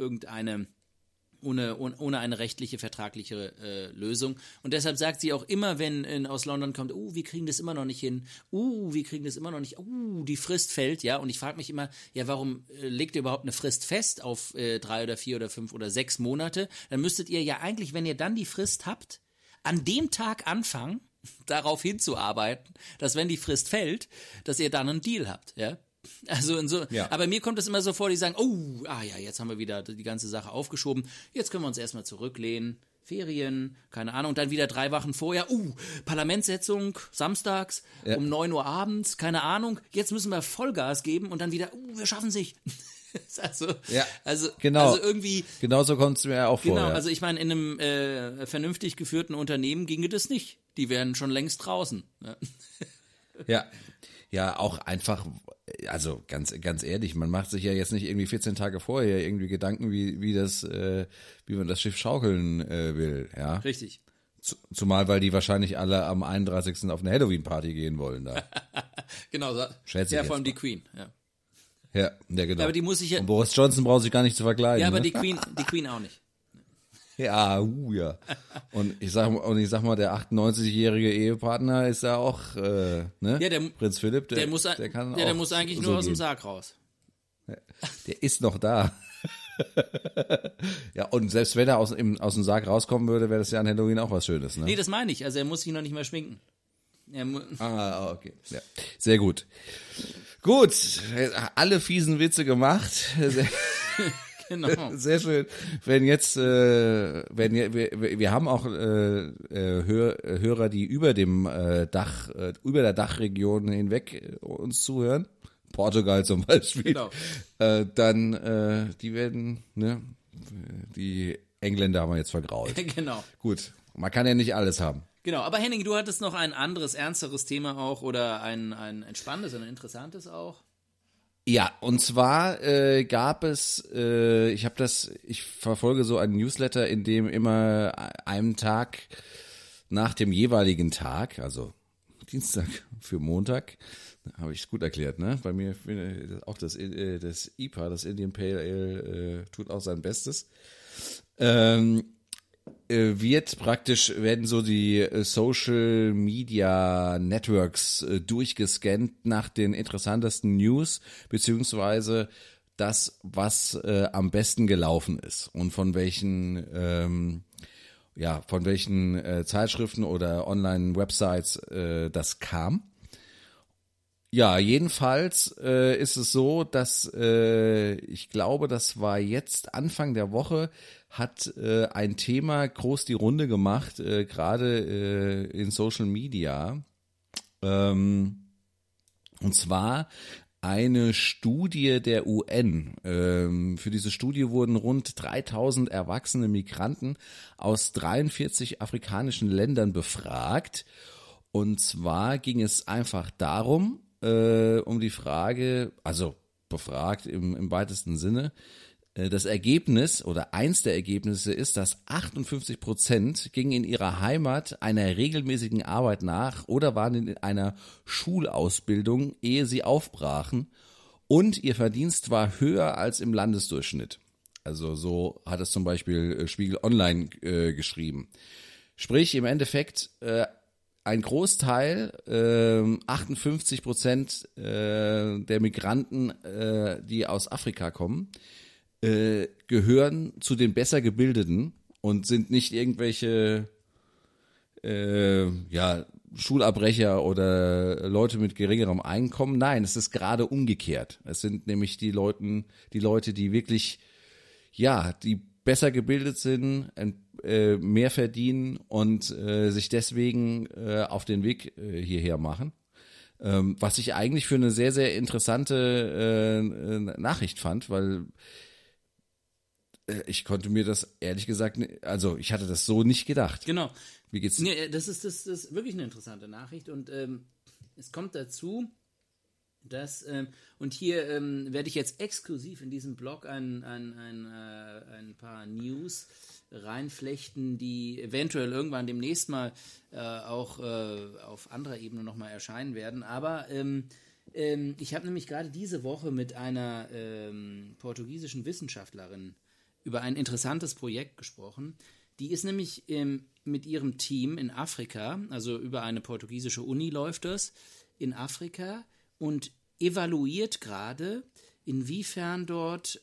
eine rechtliche, vertragliche Lösung. Und deshalb sagt sie auch immer, wenn aus London kommt, wir kriegen das immer noch nicht hin, wir kriegen das immer noch nicht, die Frist fällt, ja. Und ich frage mich immer, ja, warum legt ihr überhaupt eine Frist fest auf 3 oder 4 oder 5 oder 6 Monate? Dann müsstet ihr ja eigentlich, wenn ihr dann die Frist habt, an dem Tag anfangen, darauf hinzuarbeiten, dass wenn die Frist fällt, dass ihr dann einen Deal habt, ja. Also aber mir kommt es immer so vor, die sagen, jetzt haben wir wieder die ganze Sache aufgeschoben, jetzt können wir uns erstmal zurücklehnen, Ferien, keine Ahnung, dann wieder 3 Wochen vorher, Parlamentssitzung, samstags, um 9 Uhr abends, keine Ahnung, jetzt müssen wir Vollgas geben und dann wieder, wir schaffen sich. Genau. Also irgendwie. Genauso kommt es mir ja auch vor. Genau, also ich meine, in einem vernünftig geführten Unternehmen ginge das nicht. Die wären schon längst draußen. Ja, auch einfach, also ganz ehrlich, man macht sich ja jetzt nicht irgendwie 14 Tage vorher irgendwie Gedanken, wie man das Schiff schaukeln will, ja. Richtig. Zumal, weil die wahrscheinlich alle am 31. auf eine Halloween-Party gehen wollen da. Genau, schätze ja, ich vor allem die Queen, ja. Ja, genau. Aber die muss ich ja. Und Boris Johnson braucht sich gar nicht zu vergleichen. Ja, aber ne? die Queen auch nicht. Ja, ja. Und ich sag mal, der 98-jährige Ehepartner ist ja auch, ne? Ja, Prinz Philipp, der muss eigentlich so nur aus dem gehen. Sarg raus. Der ist noch da. Ja, und selbst wenn er aus dem Sarg rauskommen würde, wäre das ja an Halloween auch was Schönes, ne? Nee, das meine ich. Also er muss sich noch nicht mehr schminken. Okay. Ja. Sehr gut. Gut, alle fiesen Witze gemacht. Genau. Sehr schön. Wir haben auch Hörer, die über der Dachregion hinweg uns zuhören. Portugal zum Beispiel. Genau. Dann, die werden, ne, die Engländer haben wir jetzt vergrault. Genau. Gut. Man kann ja nicht alles haben. Genau, aber Henning, du hattest noch ein anderes, ernsteres Thema auch oder ein entspannendes, ein interessantes auch? Ja, und zwar gab es, ich verfolge so einen Newsletter, in dem immer einen Tag nach dem jeweiligen Tag, also Dienstag für Montag, habe ich es gut erklärt, ne? Bei mir auch das IPA, das Indian Pale Ale, tut auch sein Bestes. Werden so die Social Media Networks durchgescannt nach den interessantesten News, beziehungsweise das, was am besten gelaufen ist und von welchen Zeitschriften oder Online-Websites das kam. Ja, jedenfalls ist es so, dass ich glaube, das war jetzt Anfang der Woche, hat ein Thema groß die Runde gemacht, gerade in Social Media. Und zwar eine Studie der UN. Für diese Studie wurden rund 3000 erwachsene Migranten aus 43 afrikanischen Ländern befragt. Und zwar ging es einfach darum, um die Frage, also befragt im weitesten Sinne, das Ergebnis oder eins der Ergebnisse ist, dass 58% gingen in ihrer Heimat einer regelmäßigen Arbeit nach oder waren in einer Schulausbildung, ehe sie aufbrachen, und ihr Verdienst war höher als im Landesdurchschnitt. Also so hat es zum Beispiel Spiegel Online geschrieben. Sprich, im Endeffekt ein Großteil, 58% der Migranten, die aus Afrika kommen, gehören zu den besser Gebildeten und sind nicht irgendwelche Schulabbrecher oder Leute mit geringerem Einkommen. Nein, es ist gerade umgekehrt. Es sind nämlich die Leute, die wirklich, die besser gebildet sind, mehr verdienen und sich deswegen auf den Weg hierher machen. Was ich eigentlich für eine sehr, sehr interessante Nachricht fand, weil Ich konnte mir das ehrlich gesagt, also ich hatte das so nicht gedacht. Genau. Wie geht's? Nee, das ist wirklich eine interessante Nachricht und es kommt dazu, dass, und hier werde ich jetzt exklusiv in diesem Blog ein paar News reinflechten, die eventuell irgendwann demnächst mal auch auf anderer Ebene nochmal erscheinen werden. Aber ich habe nämlich gerade diese Woche mit einer portugiesischen Wissenschaftlerin über ein interessantes Projekt gesprochen. Die ist nämlich mit ihrem Team in Afrika, also über eine portugiesische Uni läuft das, in Afrika und evaluiert gerade, inwiefern dort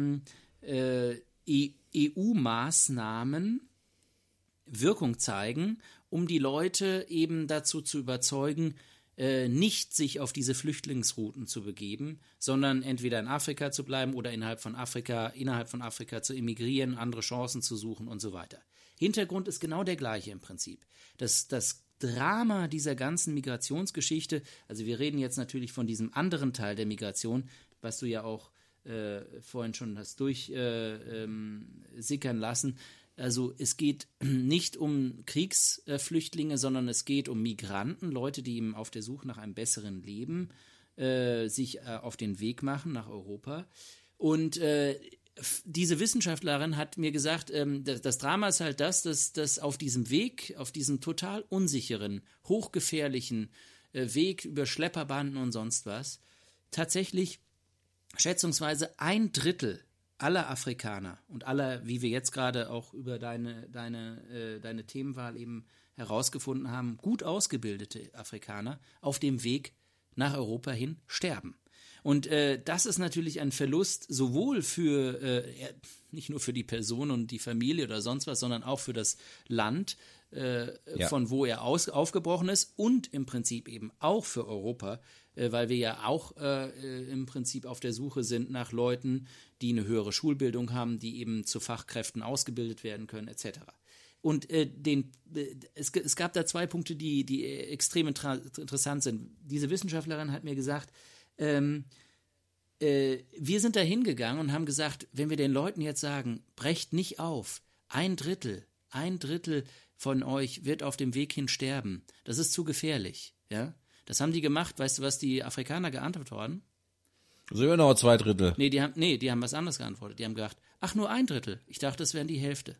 EU-Maßnahmen Wirkung zeigen, um die Leute eben dazu zu überzeugen, nicht sich auf diese Flüchtlingsrouten zu begeben, sondern entweder in Afrika zu bleiben oder innerhalb von Afrika zu emigrieren, andere Chancen zu suchen und so weiter. Hintergrund ist genau der gleiche im Prinzip. Das Drama dieser ganzen Migrationsgeschichte, also wir reden jetzt natürlich von diesem anderen Teil der Migration, was du ja auch vorhin schon hast durchsickern lassen. Also es geht nicht um Kriegsflüchtlinge, sondern es geht um Migranten, Leute, die eben auf der Suche nach einem besseren Leben sich auf den Weg machen nach Europa. Und diese Wissenschaftlerin hat mir gesagt, das Drama ist halt dass auf diesem Weg, auf diesem total unsicheren, hochgefährlichen Weg über Schlepperbanden und sonst was, tatsächlich schätzungsweise 1/3 aller Afrikaner und aller, wie wir jetzt gerade auch über deine Themenwahl eben herausgefunden haben, gut ausgebildete Afrikaner auf dem Weg nach Europa hin sterben. Und das ist natürlich ein Verlust sowohl für, nicht nur für die Person und die Familie oder sonst was, sondern auch für das Land, von wo er aufgebrochen ist und im Prinzip eben auch für Europa, weil wir ja auch im Prinzip auf der Suche sind nach Leuten, die eine höhere Schulbildung haben, die eben zu Fachkräften ausgebildet werden können, etc. Und es gab da 2 Punkte, die extrem interessant sind. Diese Wissenschaftlerin hat mir gesagt, wir sind da hingegangen und haben gesagt, wenn wir den Leuten jetzt sagen, brecht nicht auf, 1/3 von euch wird auf dem Weg hin sterben, das ist zu gefährlich, ja. Das haben die gemacht. Weißt du, was die Afrikaner geantwortet haben? So immer noch 2/3. Nee, die haben was anderes geantwortet. Die haben gesagt, ach, nur 1/3. Ich dachte, das wären die Hälfte.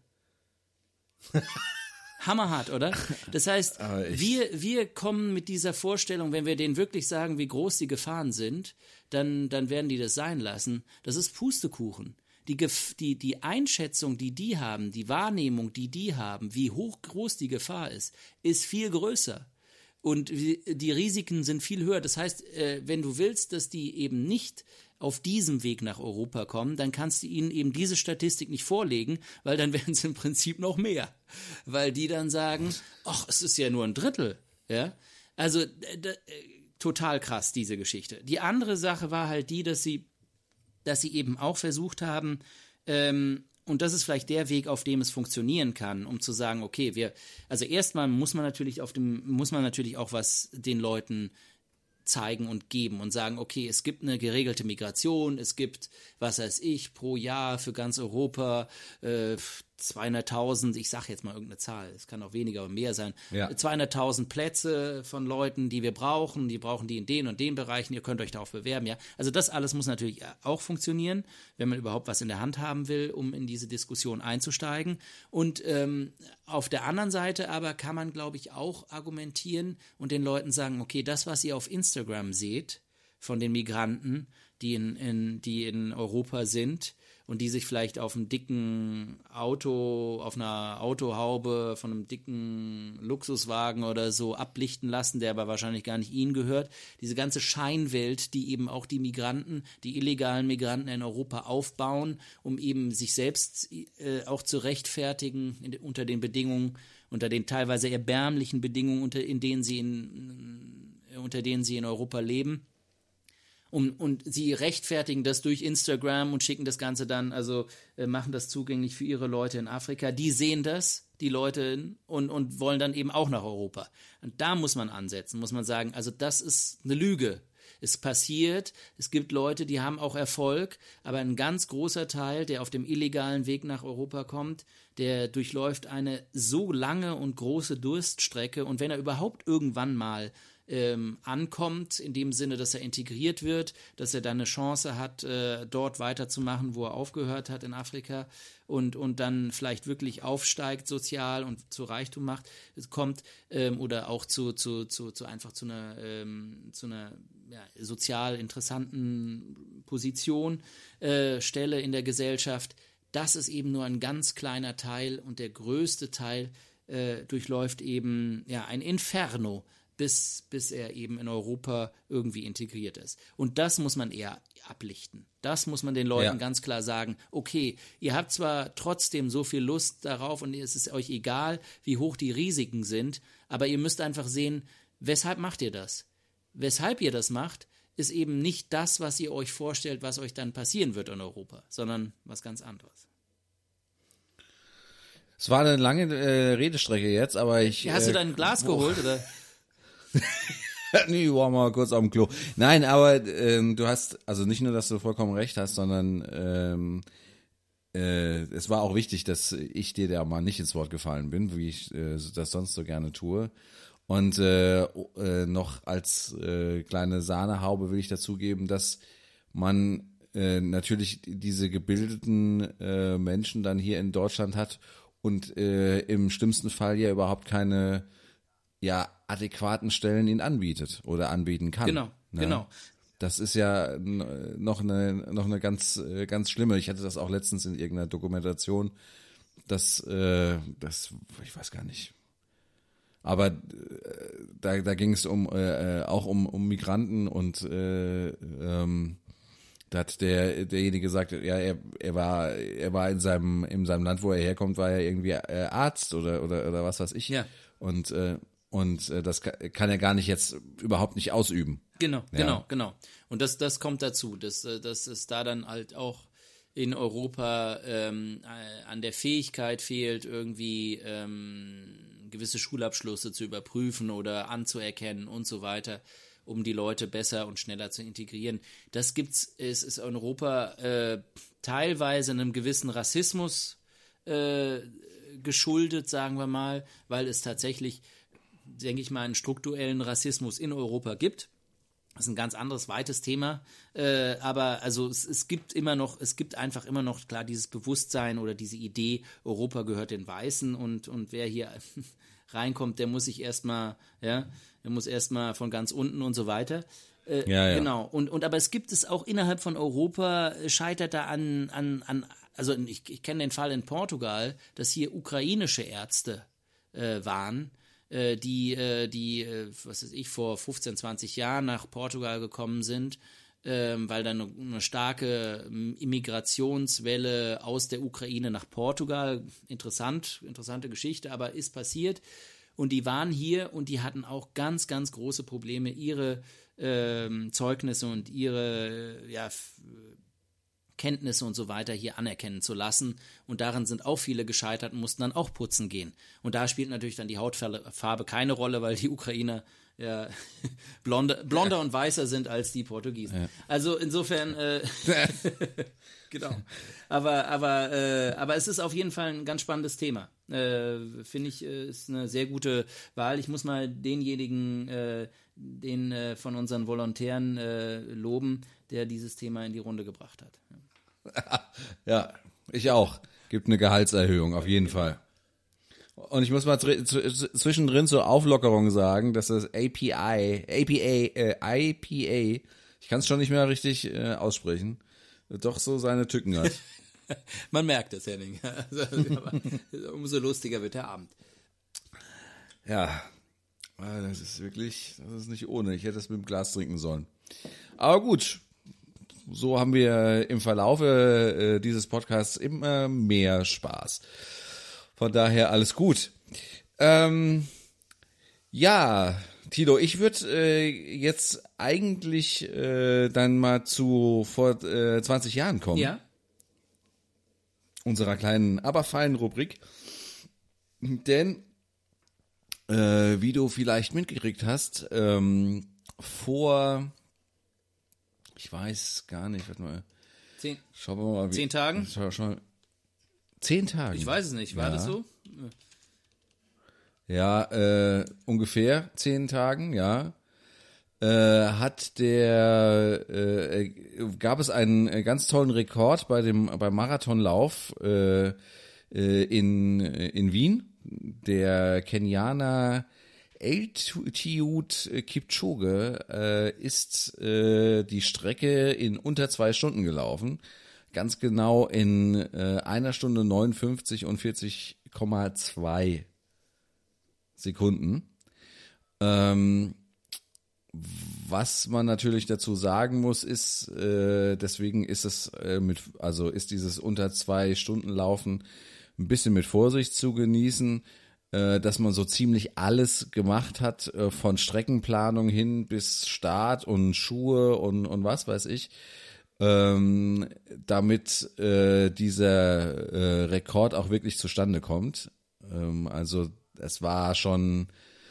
Hammerhart, oder? Das heißt, wir kommen mit dieser Vorstellung, wenn wir denen wirklich sagen, wie groß die Gefahren sind, dann werden die das sein lassen. Das ist Pustekuchen. Die Einschätzung, die haben, die Wahrnehmung, die haben, wie groß die Gefahr ist viel größer. Und die Risiken sind viel höher. Das heißt, wenn du willst, dass die eben nicht auf diesem Weg nach Europa kommen, dann kannst du ihnen eben diese Statistik nicht vorlegen, weil dann werden es im Prinzip noch mehr. Weil die dann sagen, ach, es ist ja nur 1/3. Ja? Also total krass, diese Geschichte. Die andere Sache war halt die, dass sie eben auch versucht haben, und das ist vielleicht der Weg, auf dem es funktionieren kann, um zu sagen, okay, also erstmal muss man natürlich auch was den Leuten zeigen und geben und sagen, okay, es gibt eine geregelte Migration, es gibt, was weiß ich, pro Jahr für ganz Europa 200.000, ich sage jetzt mal irgendeine Zahl, es kann auch weniger oder mehr sein, 200.000 Plätze von Leuten, die wir brauchen, die in den und den Bereichen, ihr könnt euch darauf bewerben, ja. Also das alles muss natürlich auch funktionieren, wenn man überhaupt was in der Hand haben will, um in diese Diskussion einzusteigen. Und auf der anderen Seite aber kann man, glaube ich, auch argumentieren und den Leuten sagen, okay, das, was ihr auf Instagram seht von den Migranten, die in Europa sind, und die sich vielleicht auf einem dicken Auto, auf einer Autohaube von einem dicken Luxuswagen oder so ablichten lassen, der aber wahrscheinlich gar nicht ihnen gehört. Diese ganze Scheinwelt, die eben auch die Migranten, die illegalen Migranten in Europa aufbauen, um eben sich selbst auch zu rechtfertigen unter den Bedingungen, unter den teilweise erbärmlichen Bedingungen, unter denen sie in Europa leben. Und sie rechtfertigen das durch Instagram und schicken das Ganze dann, also machen das zugänglich für ihre Leute in Afrika. Die sehen das, die Leute, und wollen dann eben auch nach Europa. Und da muss man ansetzen, muss man sagen, also das ist eine Lüge. Es passiert, es gibt Leute, die haben auch Erfolg, aber ein ganz großer Teil, der auf dem illegalen Weg nach Europa kommt, der durchläuft eine so lange und große Durststrecke, und wenn er überhaupt irgendwann mal ankommt, in dem Sinne, dass er integriert wird, dass er dann eine Chance hat, dort weiterzumachen, wo er aufgehört hat in Afrika, und dann vielleicht wirklich aufsteigt sozial und zu Reichtum kommt, oder auch zu einer sozial interessanten Position, Stelle in der Gesellschaft. Das ist eben nur ein ganz kleiner Teil, und der größte Teil durchläuft eben ein Inferno, bis er eben in Europa irgendwie integriert ist. Und das muss man eher ablichten. Das muss man den Leuten ganz klar sagen. Okay, ihr habt zwar trotzdem so viel Lust darauf und es ist euch egal, wie hoch die Risiken sind, aber ihr müsst einfach sehen, weshalb macht ihr das? Weshalb ihr das macht, ist eben nicht das, was ihr euch vorstellt, was euch dann passieren wird in Europa, sondern was ganz anderes. Es war eine lange Redestrecke jetzt, aber ich... Hast du dein Glas geholt, oder? Nee, ich war mal kurz auf dem Klo. Nein, aber du hast, also nicht nur, dass du vollkommen recht hast, sondern es war auch wichtig, dass ich dir da mal nicht ins Wort gefallen bin, wie ich das sonst so gerne tue. Und noch als kleine Sahnehaube will ich dazugeben, dass man natürlich diese gebildeten Menschen dann hier in Deutschland hat und im schlimmsten Fall ja überhaupt keine adäquaten Stellen ihnen anbietet oder anbieten kann. Genau. Das ist ja noch eine ganz schlimme. Ich hatte das auch letztens in irgendeiner Dokumentation, das ich weiß gar nicht. Aber da ging es auch um Migranten, und da hat derjenige gesagt, ja, er war in seinem Land, wo er herkommt, war er irgendwie Arzt oder was weiß ich. Ja. Und das kann er gar nicht jetzt überhaupt nicht ausüben. Genau. Und das kommt dazu, dass es da dann halt auch in Europa an der Fähigkeit fehlt, irgendwie gewisse Schulabschlüsse zu überprüfen oder anzuerkennen und so weiter, um die Leute besser und schneller zu integrieren. Es ist in Europa teilweise einem gewissen Rassismus geschuldet, sagen wir mal, weil es tatsächlich, denke ich mal, einen strukturellen Rassismus in Europa gibt. Das ist ein ganz anderes, weites Thema, aber also es gibt einfach immer noch, klar, dieses Bewusstsein oder diese Idee, Europa gehört den Weißen, und wer hier reinkommt, der muss sich erstmal von ganz unten und so weiter. Genau. Und aber es gibt es auch innerhalb von Europa, scheitert da also ich kenne den Fall in Portugal, dass hier ukrainische Ärzte waren, die was weiß ich, vor 15, 20 Jahren nach Portugal gekommen sind, weil dann eine starke Immigrationswelle aus der Ukraine nach Portugal, interessante Geschichte, aber ist passiert. Und die waren hier und die hatten auch ganz, ganz große Probleme, ihre Zeugnisse und ihre Kenntnisse und so weiter hier anerkennen zu lassen. Und daran sind auch viele gescheitert und mussten dann auch putzen gehen. Und da spielt natürlich dann die Hautfarbe keine Rolle, weil die Ukrainer blonder und weißer sind als die Portugiesen. Ja. Also insofern, genau. Aber es ist auf jeden Fall ein ganz spannendes Thema. Finde ich, ist eine sehr gute Wahl. Ich muss mal denjenigen, von unseren Volontären loben, der dieses Thema in die Runde gebracht hat. Ja, ich auch. Gibt eine Gehaltserhöhung, auf jeden Fall. Und ich muss mal zwischendrin zur Auflockerung sagen, dass das IPA, ich kann es schon nicht mehr richtig aussprechen, doch so seine Tücken hat. Man merkt es, Henning. Umso lustiger wird der Abend. Ja, das ist nicht ohne. Ich hätte es mit dem Glas trinken sollen. Aber gut, so haben wir im Verlaufe dieses Podcasts immer mehr Spaß. Von daher alles gut. Ja, Tilo, ich würde jetzt eigentlich dann mal zu vor 20 Jahren kommen. Ja. Unserer kleinen, aber feinen Rubrik. Denn, wie du vielleicht mitgekriegt hast, vor Ich weiß gar nicht, warte mal. Schauen wir mal. 10 Tagen? 10 Tage. Ich weiß es nicht, war das so? Ja, ungefähr 10 Tagen, ja. Gab es einen ganz tollen Rekord beim Marathonlauf in Wien. Der Kenianer Eliud Kipchoge ist die Strecke in unter 2 Stunden gelaufen. Ganz genau in 1 Stunde 59 und 40,2 Sekunden. Was man natürlich dazu sagen muss, ist, deswegen ist es ist dieses unter 2 Stunden Laufen ein bisschen mit Vorsicht zu genießen, dass man so ziemlich alles gemacht hat, von Streckenplanung hin bis Start und Schuhe und was weiß ich, damit dieser Rekord auch wirklich zustande kommt. Also es war schon,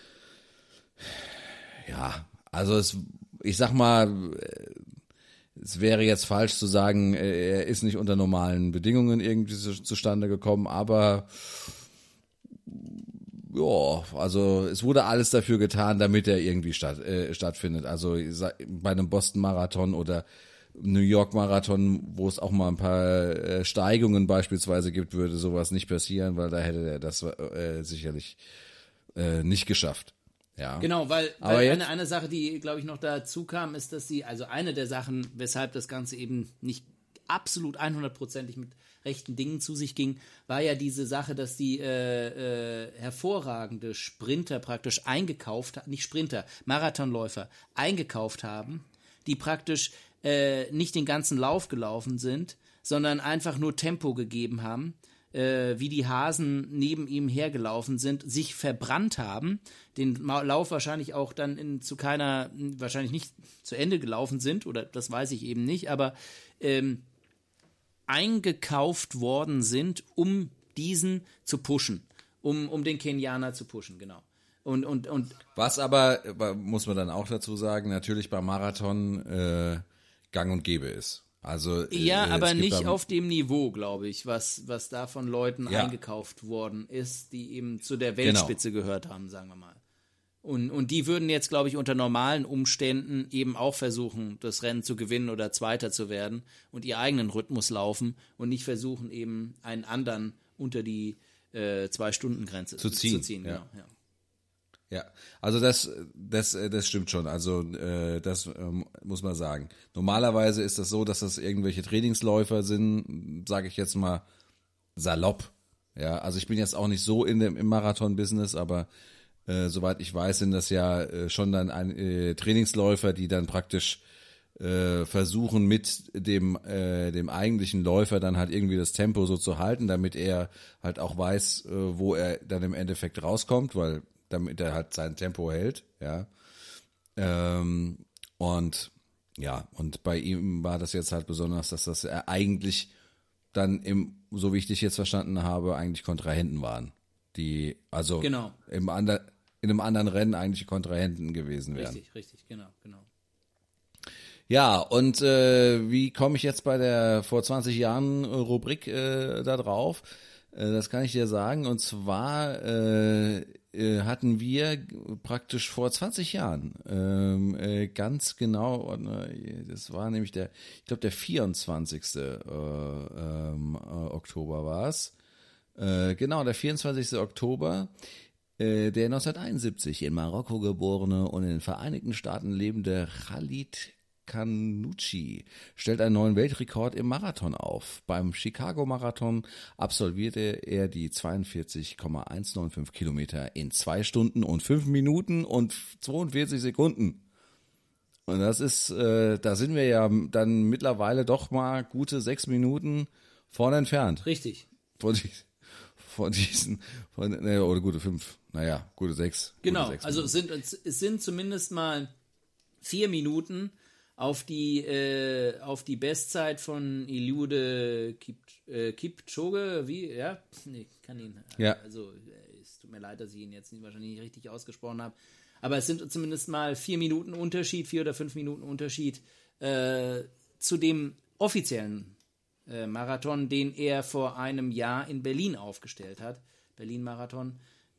ja, also ich sag mal, es wäre jetzt falsch zu sagen, er ist nicht unter normalen Bedingungen irgendwie zustande gekommen, aber ja, also es wurde alles dafür getan, damit er irgendwie stattfindet. Also bei einem Boston-Marathon oder New York-Marathon, wo es auch mal ein paar Steigungen beispielsweise gibt, würde sowas nicht passieren, weil da hätte er das sicherlich nicht geschafft. Ja. Genau, weil eine Sache, die, glaube ich, noch dazu kam, ist, dass eine der Sachen, weshalb das Ganze eben nicht absolut 100%ig mit rechten Dingen zu sich ging, war ja diese Sache, dass die hervorragende Sprinter praktisch Marathonläufer eingekauft haben, die praktisch nicht den ganzen Lauf gelaufen sind, sondern einfach nur Tempo gegeben haben, wie die Hasen neben ihm hergelaufen sind, sich verbrannt haben, den Lauf wahrscheinlich auch dann wahrscheinlich nicht zu Ende gelaufen sind, oder das weiß ich eben nicht, aber eingekauft worden sind, um diesen zu pushen, um den Kenianer zu pushen, genau. Und was aber, muss man dann auch dazu sagen, natürlich beim Marathon gang und gäbe ist. Also, ja, aber nicht auf dem Niveau, glaube ich, was da von Leuten eingekauft worden ist, die eben zu der Weltspitze gehört haben, sagen wir mal. Und die würden jetzt, glaube ich, unter normalen Umständen eben auch versuchen, das Rennen zu gewinnen oder Zweiter zu werden und ihren eigenen Rhythmus laufen und nicht versuchen, eben einen anderen unter die 2-Stunden-Grenze zu ziehen. Genau, ja. Ja, also das stimmt schon. Also das muss man sagen. Normalerweise ist das so, dass das irgendwelche Trainingsläufer sind, sage ich jetzt mal salopp. Ja, also ich bin jetzt auch nicht so im Marathon-Business, aber soweit ich weiß, sind das ja schon dann Trainingsläufer, die dann praktisch versuchen mit dem eigentlichen Läufer dann halt irgendwie das Tempo so zu halten, damit er halt auch weiß, wo er dann im Endeffekt rauskommt, damit er halt sein Tempo hält, ja. Und bei ihm war das jetzt halt besonders, dass das eigentlich dann so wie ich dich jetzt verstanden habe, eigentlich Kontrahenten waren, die also genau. in einem anderen Rennen eigentlich Kontrahenten gewesen wären. Richtig, genau. Ja, und wie komme ich jetzt bei der vor 20 Jahren Rubrik da drauf? Das kann ich dir sagen. Und zwar hatten wir praktisch vor 20 Jahren ganz genau, das war nämlich der 24. Oktober war es. Genau, der 24. Oktober, der 1971 in Marokko geborene und in den Vereinigten Staaten lebende Khalid Khannouchi stellt einen neuen Weltrekord im Marathon auf. Beim Chicago-Marathon absolvierte er die 42,195 Kilometer in 2 Stunden und 5 Minuten und 42 Sekunden. Und das ist, da sind wir ja dann mittlerweile doch mal gute 6 Minuten vorne entfernt. Richtig. Oder gute 5, gute 6. Genau, also es sind zumindest mal 4 Minuten auf die Bestzeit von Eliud Kipchoge, kann ihn. Ja. Also es tut mir leid, dass ich ihn jetzt wahrscheinlich nicht richtig ausgesprochen habe. Aber es sind zumindest mal 4 Minuten Unterschied, 4 oder 5 Minuten Unterschied zu dem offiziellen Marathon, den er vor einem Jahr in Berlin aufgestellt hat. Berlin-Marathon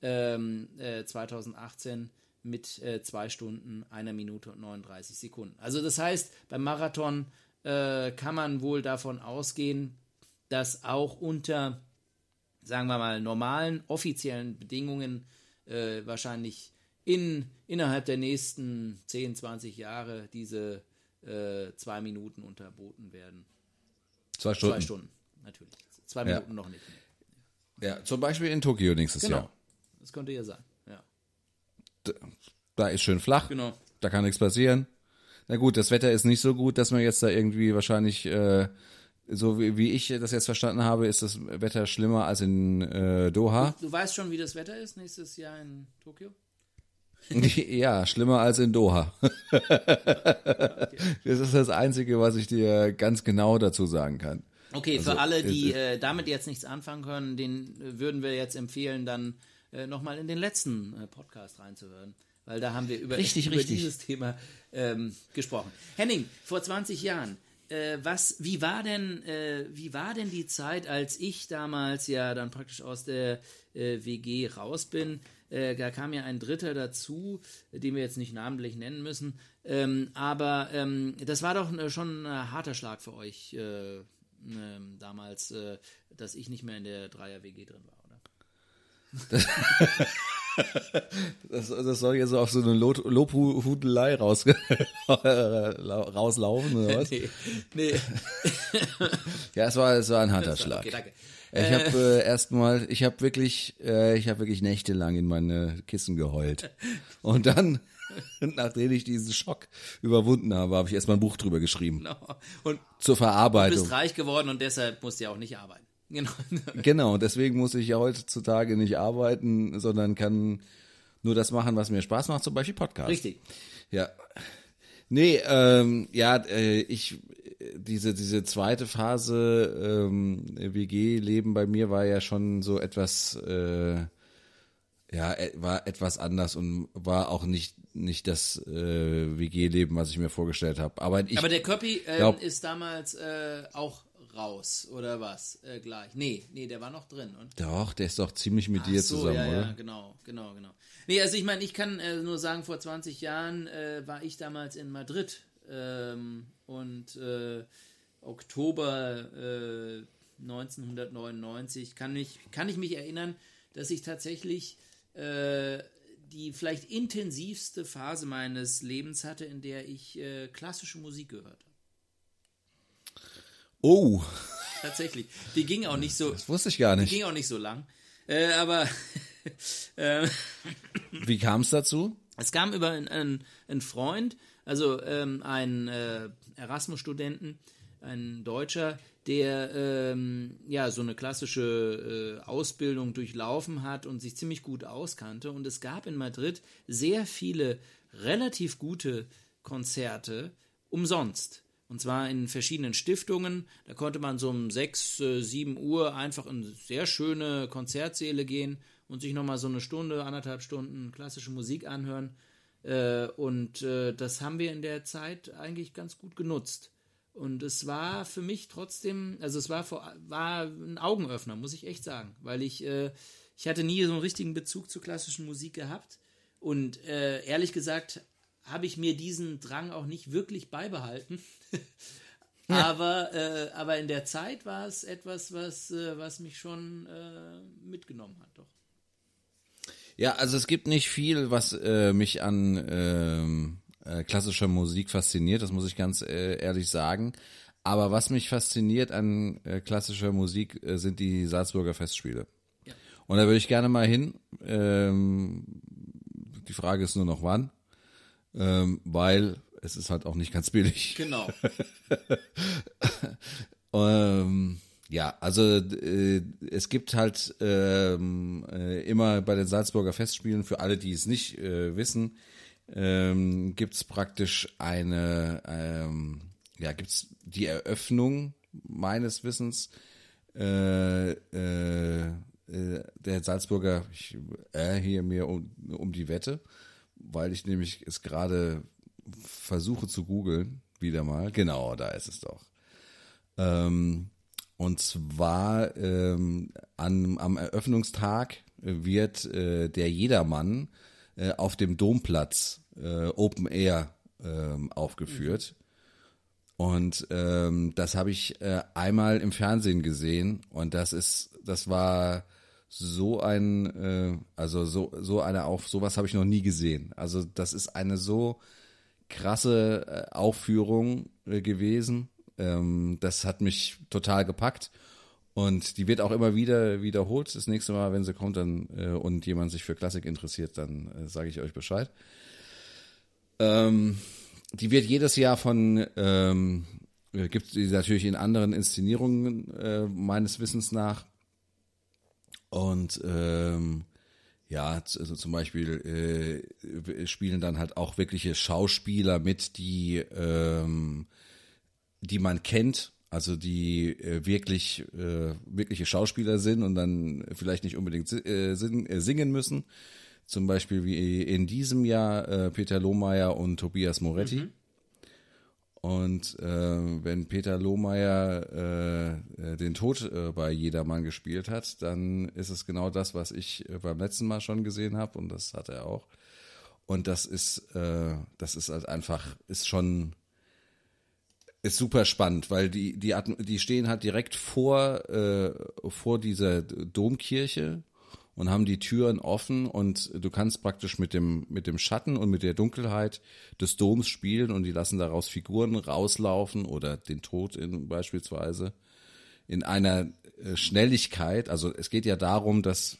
2018 mit 2 Stunden, 1 Minute und 39 Sekunden. Also das heißt, beim Marathon kann man wohl davon ausgehen, dass auch unter, sagen wir mal, normalen, offiziellen Bedingungen wahrscheinlich innerhalb der nächsten 10, 20 Jahre diese 2 Minuten unterboten werden. 2 Stunden? 2 Stunden, natürlich. 2 Minuten noch nicht mehr. Ja, zum Beispiel in Tokio nächstes Jahr. Das könnte ja sein, ja. Da ist schön flach, da kann nichts passieren. Na gut, das Wetter ist nicht so gut, dass man jetzt da irgendwie wahrscheinlich, so wie ich das jetzt verstanden habe, ist das Wetter schlimmer als in Doha. Du weißt schon, wie das Wetter ist nächstes Jahr in Tokio? Ja, schlimmer als in Doha. Okay. Das ist das Einzige, was ich dir ganz genau dazu sagen kann. Okay, für alle, die damit jetzt nichts anfangen können, den würden wir jetzt empfehlen, dann nochmal in den letzten Podcast reinzuhören, weil da haben wir über dieses Thema gesprochen. Henning, vor 20 Jahren, wie war denn die Zeit, als ich damals ja dann praktisch aus der WG raus bin? Da kam ja ein Dritter dazu, den wir jetzt nicht namentlich nennen müssen, aber das war doch schon ein harter Schlag für euch damals, dass ich nicht mehr in der Dreier-WG drin war, oder? Das soll jetzt so auf so eine Lobhudelei rauslaufen, oder was? Nee. Ja, es war ein harter Schlag. Okay, danke. Ich habe wirklich nächtelang in meine Kissen geheult. Und dann, nachdem ich diesen Schock überwunden habe ich erstmal ein Buch drüber geschrieben. Genau. Und zur Verarbeitung. Du bist reich geworden und deshalb musst du ja auch nicht arbeiten. Genau, deswegen muss ich ja heutzutage nicht arbeiten, sondern kann nur das machen, was mir Spaß macht, zum Beispiel Podcast. Richtig. Ja. Nee, diese zweite Phase WG-Leben bei mir war ja schon so etwas, war etwas anders und war auch nicht das WG-Leben, was ich mir vorgestellt habe. Aber der Köppi ist damals auch raus, oder was? Gleich. Nee, der war noch drin. Und? Doch, der ist doch ziemlich mit dir zusammen, oder? Ja, genau. Nee, also ich meine, ich kann nur sagen, vor 20 Jahren war ich damals in Madrid und Oktober 1999 kann ich mich erinnern, dass ich tatsächlich die vielleicht intensivste Phase meines Lebens hatte, in der ich klassische Musik gehört habe. Oh. Tatsächlich. Die ging auch nicht so. Das wusste ich gar nicht. Die ging auch nicht so lang. Aber. Wie kam es dazu? Es kam über einen Freund, also einen Erasmus-Studenten, ein Deutscher, der so eine klassische Ausbildung durchlaufen hat und sich ziemlich gut auskannte. Und es gab in Madrid sehr viele relativ gute Konzerte umsonst. Und zwar in verschiedenen Stiftungen. Da konnte man so um 6, 7 Uhr einfach in sehr schöne Konzertsäle gehen und sich nochmal so eine Stunde, 1,5 Stunden klassische Musik anhören. Und das haben wir in der Zeit eigentlich ganz gut genutzt. Und es war für mich trotzdem, also es war ein Augenöffner, muss ich echt sagen. Weil ich hatte nie so einen richtigen Bezug zur klassischen Musik gehabt. Und ehrlich gesagt habe ich mir diesen Drang auch nicht wirklich beibehalten. Aber in der Zeit war es etwas, was mich schon mitgenommen hat, doch. Ja, also es gibt nicht viel, was mich an klassischer Musik fasziniert, das muss ich ganz ehrlich sagen. Aber was mich fasziniert an klassischer Musik sind die Salzburger Festspiele. Ja. Und da würde ich gerne mal hin. Die Frage ist nur noch wann. Weil es ist halt auch nicht ganz billig. Genau. Ja, also es gibt halt immer bei den Salzburger Festspielen, für alle, die es nicht wissen, gibt's praktisch gibt's die Eröffnung meines Wissens der Salzburger, ich hier mir um die Wette, weil ich nämlich es gerade versuche zu googeln, wieder mal. Genau, da ist es doch. Und zwar am Eröffnungstag wird der Jedermann auf dem Domplatz Open Air aufgeführt. Und das habe ich einmal im Fernsehen gesehen und das war so sowas habe ich noch nie gesehen. Also das ist eine so krasse Aufführung gewesen. Das hat mich total gepackt und die wird auch immer wieder wiederholt. Das nächste Mal, wenn sie kommt dann und jemand sich für Klassik interessiert, dann sage ich euch Bescheid. Die wird jedes Jahr gibt es natürlich in anderen Inszenierungen meines Wissens nach. Und also zum Beispiel spielen dann halt auch wirkliche Schauspieler mit, die man kennt, also die wirkliche Schauspieler sind und dann vielleicht nicht unbedingt singen müssen. Zum Beispiel wie in diesem Jahr Peter Lohmeier und Tobias Moretti. Mhm. Und wenn Peter Lohmeier den Tod bei Jedermann gespielt hat, dann ist es genau das, was ich beim letzten Mal schon gesehen habe und das hat er auch. Und das ist halt einfach, ist super spannend, weil die stehen halt direkt vor dieser Domkirche und haben die Türen offen und du kannst praktisch mit dem Schatten und mit der Dunkelheit des Doms spielen und die lassen daraus Figuren rauslaufen oder den Tod beispielsweise in einer Schnelligkeit. Also es geht ja darum, dass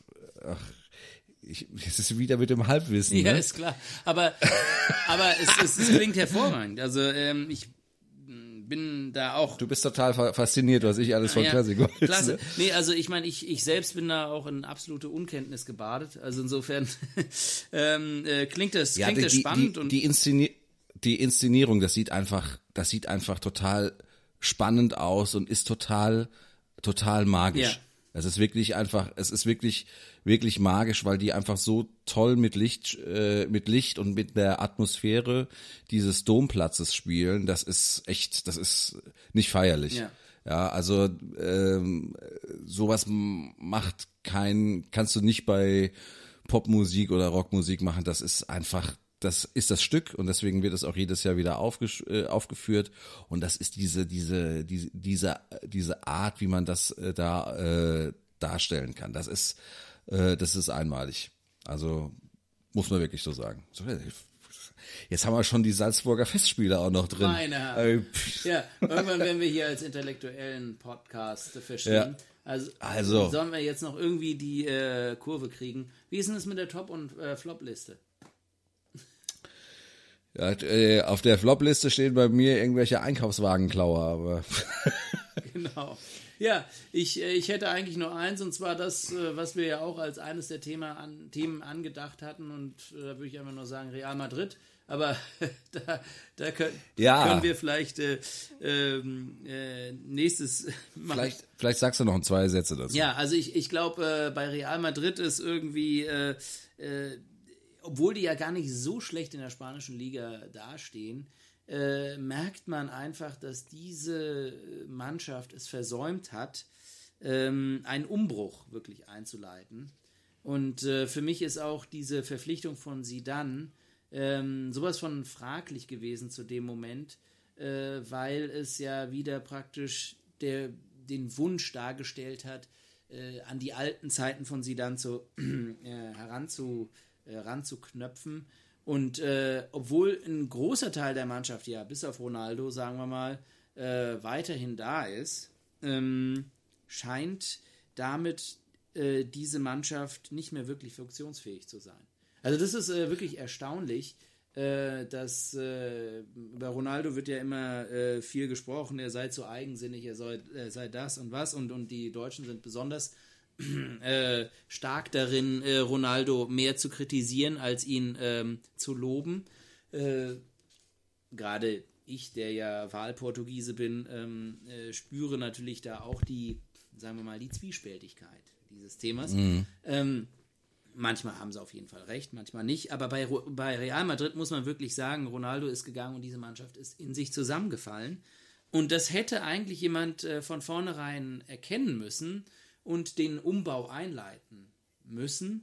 es ist wieder mit dem Halbwissen. Ja, ne? Ist klar. Aber es klingt hervorragend. Also ich bin da auch... Du bist total fasziniert, was ich alles von Klassik weiß. Klasse. Ne? Nee, also ich meine, ich selbst bin da auch in absolute Unkenntnis gebadet. Also insofern klingt das spannend. Die Inszenierung, das sieht einfach total spannend aus und ist total magisch. Ja. Es ist wirklich magisch, weil die einfach so toll mit Licht und mit der Atmosphäre dieses Domplatzes spielen. Das ist nicht feierlich. Ja, also sowas kannst du nicht bei Popmusik oder Rockmusik machen. Das ist das Stück und deswegen wird es auch jedes Jahr wieder aufgeführt und das ist diese Art, wie man das darstellen kann. Das ist einmalig. Also muss man wirklich so sagen. Jetzt haben wir schon die Salzburger Festspiele auch noch drin. Ja, irgendwann werden wir hier als intellektuellen Podcast verstehen. Ja. Also sollen wir jetzt noch irgendwie die Kurve kriegen. Wie ist denn das mit der Top- und Flop-Liste? Ja, auf der Flop-Liste stehen bei mir irgendwelche Einkaufswagenklauer, aber... Genau. Ja, ich hätte eigentlich nur eins, und zwar das, was wir ja auch als eines der Themen angedacht hatten, und da würde ich einfach nur sagen Real Madrid, aber da können wir vielleicht nächstes machen. Vielleicht sagst du noch 2 Sätze dazu. Ja, also ich glaube, bei Real Madrid ist irgendwie... obwohl die ja gar nicht so schlecht in der spanischen Liga dastehen, merkt man einfach, dass diese Mannschaft es versäumt hat, einen Umbruch wirklich einzuleiten. Und für mich ist auch diese Verpflichtung von Zidane sowas von fraglich gewesen zu dem Moment, weil es ja wieder praktisch den Wunsch dargestellt hat, an die alten Zeiten von Zidane ranzuknöpfen. Und obwohl ein großer Teil der Mannschaft, ja, bis auf Ronaldo, sagen wir mal, weiterhin da ist, scheint damit diese Mannschaft nicht mehr wirklich funktionsfähig zu sein. Also das ist wirklich erstaunlich, dass über Ronaldo wird ja immer viel gesprochen, er sei zu eigensinnig, er sei das und was, und die Deutschen sind besonders stark darin, Ronaldo mehr zu kritisieren, als ihn zu loben. Gerade ich, der ja Wahlportugiese bin, spüre natürlich da auch die Zwiespältigkeit dieses Themas. Mhm. Manchmal haben sie auf jeden Fall recht, manchmal nicht. Aber bei Real Madrid muss man wirklich sagen, Ronaldo ist gegangen und diese Mannschaft ist in sich zusammengefallen. Und das hätte eigentlich jemand von vornherein erkennen müssen und den Umbau einleiten müssen.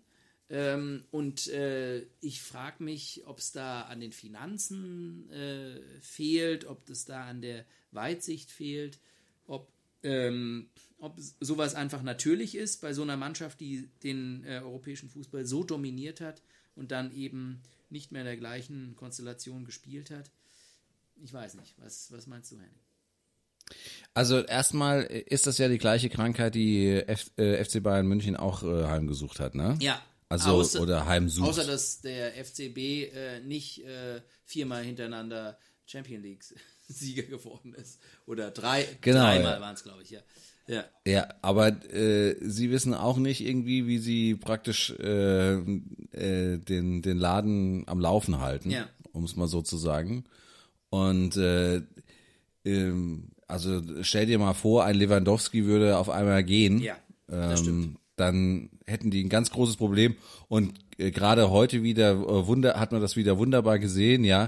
Ich frage mich, ob es da an den Finanzen fehlt, ob es da an der Weitsicht fehlt, ob sowas einfach natürlich ist bei so einer Mannschaft, die den europäischen Fußball so dominiert hat und dann eben nicht mehr in der gleichen Konstellation gespielt hat. Ich weiß nicht. Was meinst du, Henning? Also erstmal ist das ja die gleiche Krankheit, die FC Bayern München auch heimgesucht hat, ne? Ja. Also oder heimsucht. Außer dass der FCB nicht 4-mal hintereinander Champions League Sieger geworden ist. Oder dreimal waren es, glaube ich, ja. Ja, aber sie wissen auch nicht irgendwie, wie sie praktisch den Laden am Laufen halten, um es mal so zu sagen. Und also stell dir mal vor, ein Lewandowski würde auf einmal gehen. Ja, das stimmt. Dann hätten die ein ganz großes Problem. Und gerade heute wieder hat man das wieder wunderbar gesehen, ja.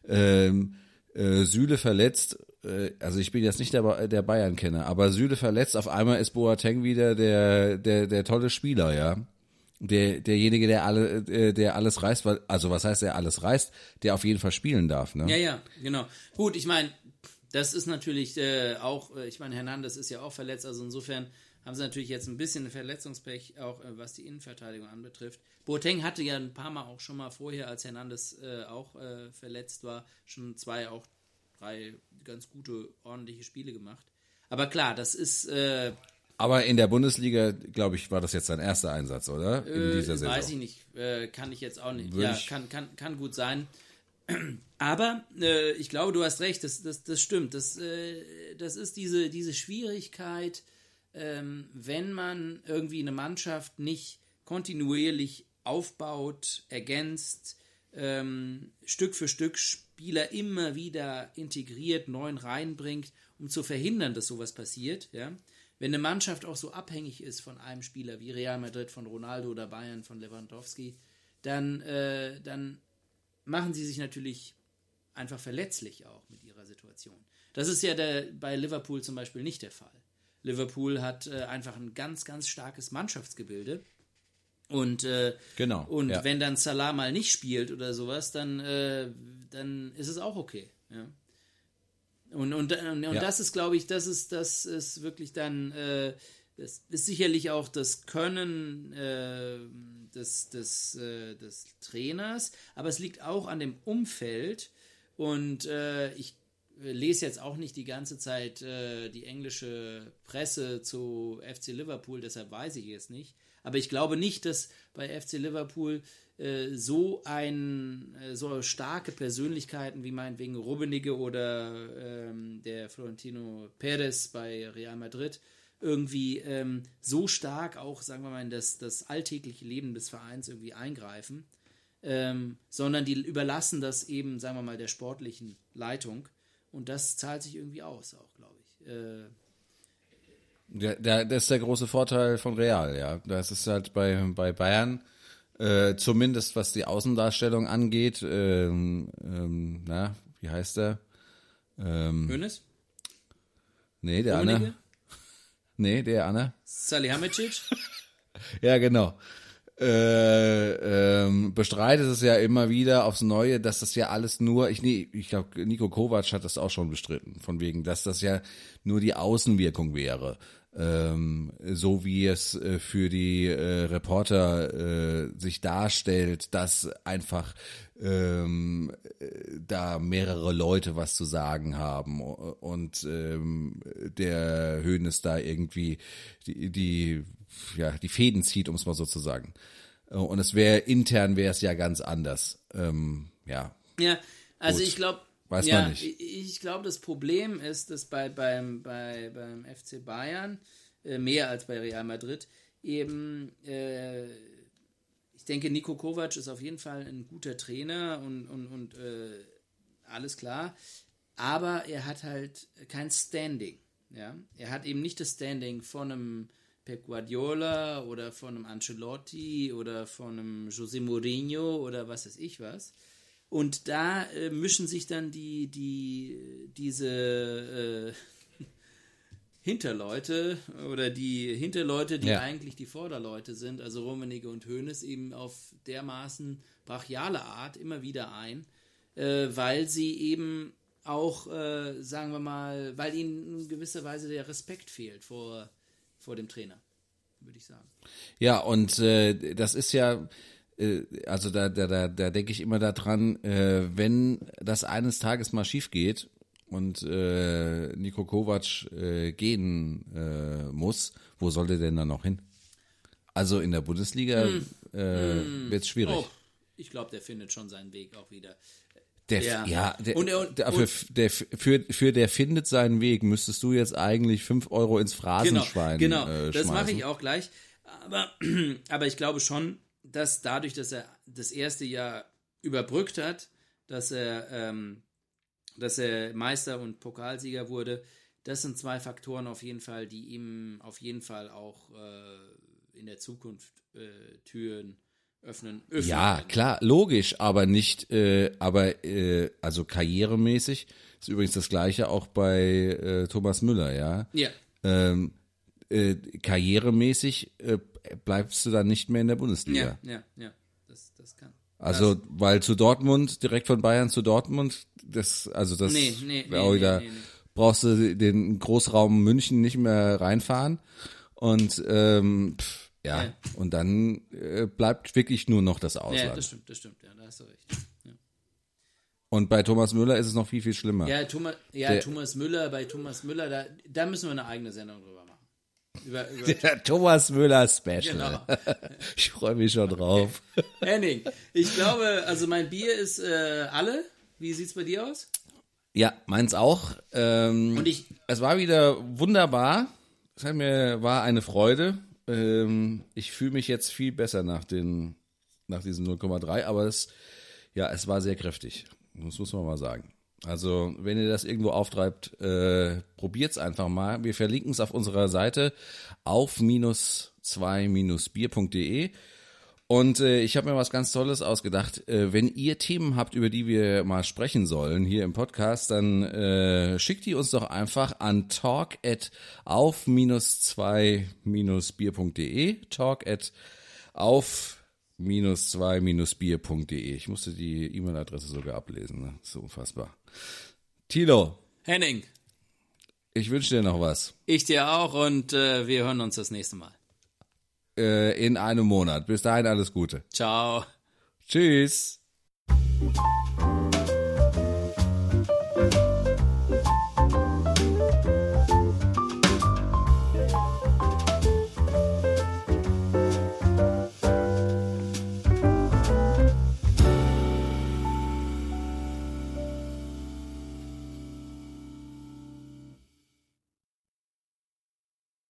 Süle verletzt, also ich bin jetzt nicht der Bayern-Kenner, aber Süle verletzt, auf einmal ist Boateng wieder der tolle Spieler, ja. Derjenige, der alles reißt, also was heißt, der alles reißt, der auf jeden Fall spielen darf, ne? Ja, genau. Gut, ich meine, das ist natürlich auch, ich meine, Hernandez ist ja auch verletzt, also insofern haben sie natürlich jetzt ein bisschen Verletzungspech, auch was die Innenverteidigung anbetrifft. Boateng hatte ja ein paar Mal auch schon mal vorher, als Hernandez auch verletzt war, schon 2, auch 3 ganz gute, ordentliche Spiele gemacht. Aber klar, das ist... aber in der Bundesliga, glaube ich, war das jetzt sein erster Einsatz, oder? In dieser Saison. Weiß ich nicht, kann ich jetzt auch nicht. Kann gut sein. Aber ich glaube, du hast recht, das stimmt. Das ist diese Schwierigkeit, wenn man irgendwie eine Mannschaft nicht kontinuierlich aufbaut, ergänzt, Stück für Stück Spieler immer wieder integriert, neuen reinbringt, um zu verhindern, dass sowas passiert. Ja? Wenn eine Mannschaft auch so abhängig ist von einem Spieler wie Real Madrid, von Ronaldo oder Bayern, von Lewandowski, dann machen sie sich natürlich einfach verletzlich auch mit ihrer Situation. Das ist ja bei Liverpool zum Beispiel nicht der Fall. Liverpool hat einfach ein ganz, ganz starkes Mannschaftsgebilde. Und wenn dann Salah mal nicht spielt oder sowas, dann ist es auch okay. Ja? Und das ist, glaube ich, das ist wirklich dann, das ist sicherlich auch das Können des Trainers, aber es liegt auch an dem Umfeld. Und ich lese jetzt auch nicht die ganze Zeit die englische Presse zu FC Liverpool, deshalb weiß ich es nicht. Aber ich glaube nicht, dass bei FC Liverpool so starke Persönlichkeiten wie meinetwegen Rummenigge oder der Florentino Perez bei Real Madrid irgendwie so stark auch, sagen wir mal, in das alltägliche Leben des Vereins irgendwie eingreifen, sondern die überlassen das eben, sagen wir mal, der sportlichen Leitung. Und das zahlt sich irgendwie aus auch, glaube ich. Das ist der große Vorteil von Real, ja. Das ist halt bei Bayern, zumindest was die Außendarstellung angeht, wie heißt der? Hönes? Nee, der Anne. Nee, der Anne. Salihamidzic? Ja, genau. Bestreitet es ja immer wieder aufs Neue, dass das ja alles nur, ich glaube, Niko Kovac hat das auch schon bestritten, von wegen, dass das ja nur die Außenwirkung wäre. So wie es für die Reporter sich darstellt, dass einfach da mehrere Leute was zu sagen haben und der Hoeneß da irgendwie die Fäden zieht, um es mal so zu sagen. Und intern wäre es ja ganz anders. Ja, also gut. Ich glaube, weiß man nicht. Ich glaube, das Problem ist, dass beim FC Bayern mehr als bei Real Madrid eben, ich denke, Niko Kovac ist auf jeden Fall ein guter Trainer und alles klar, aber er hat halt kein Standing. Ja? Er hat eben nicht das Standing von einem Pep Guardiola oder von einem Ancelotti oder von einem José Mourinho oder was weiß ich was. Und da mischen sich dann diese Hinterleute oder die Hinterleute, die eigentlich die Vorderleute sind, also Rummenigge und Hoeneß, eben auf dermaßen brachiale Art immer wieder ein, weil sie eben auch, sagen wir mal, weil ihnen in gewisser Weise der Respekt fehlt vor dem Trainer, würde ich sagen. Ja, und das ist ja, also da denke ich immer daran, wenn das eines Tages mal schief geht und Niko Kovac gehen muss, wo soll der denn dann noch hin? Also in der Bundesliga wird es schwierig. Oh, ich glaube, der findet schon seinen Weg auch wieder. Der findet seinen Weg, müsstest du jetzt eigentlich 5 € ins Phrasenschwein Genau, das mache schmeißen. ich auch gleich. Aber ich glaube schon, dass dadurch, dass er das erste Jahr überbrückt hat, dass er Meister und Pokalsieger wurde, das sind 2 Faktoren auf jeden Fall, die ihm auf jeden Fall auch in der Zukunft Türen öffnen. Ja, klar, logisch, aber nicht, also karrieremäßig ist übrigens das Gleiche auch bei Thomas Müller, ja. Ja. Karrieremäßig bleibst du dann nicht mehr in der Bundesliga. Ja, das kann. Also, weil zu Dortmund, direkt von Bayern zu Dortmund, brauchst du den Großraum München nicht mehr reinfahren und und dann bleibt wirklich nur noch das Ausland. Ja, das stimmt, ja, da hast du recht. Ja. Und bei Thomas Müller ist es noch viel, viel schlimmer. Ja, Thomas Müller, da müssen wir eine eigene Sendung drüber machen. Der Thomas Müller Special. Genau. Ich freue mich schon drauf. Henning, ich glaube, also mein Bier ist alle. Wie sieht's bei dir aus? Ja, meins auch. Es war wieder wunderbar. Es war eine Freude. Ich fühle mich jetzt viel besser nach diesem 0,3, aber es war sehr kräftig. Das muss man mal sagen. Also, wenn ihr das irgendwo auftreibt, probiert's einfach mal. Wir verlinken es auf unserer Seite auf -2-bier.de. Und ich habe mir was ganz Tolles ausgedacht. Wenn ihr Themen habt, über die wir mal sprechen sollen hier im Podcast, dann schickt die uns doch einfach an talk@auf-2-bier.de. talk@auf-2-bier.de. Ich musste die E-Mail-Adresse sogar ablesen. Ne? So unfassbar. Tilo. Henning. Ich wünsche dir noch was. Ich dir auch und wir hören uns das nächste Mal. In einem Monat. Bis dahin alles Gute. Ciao. Tschüss.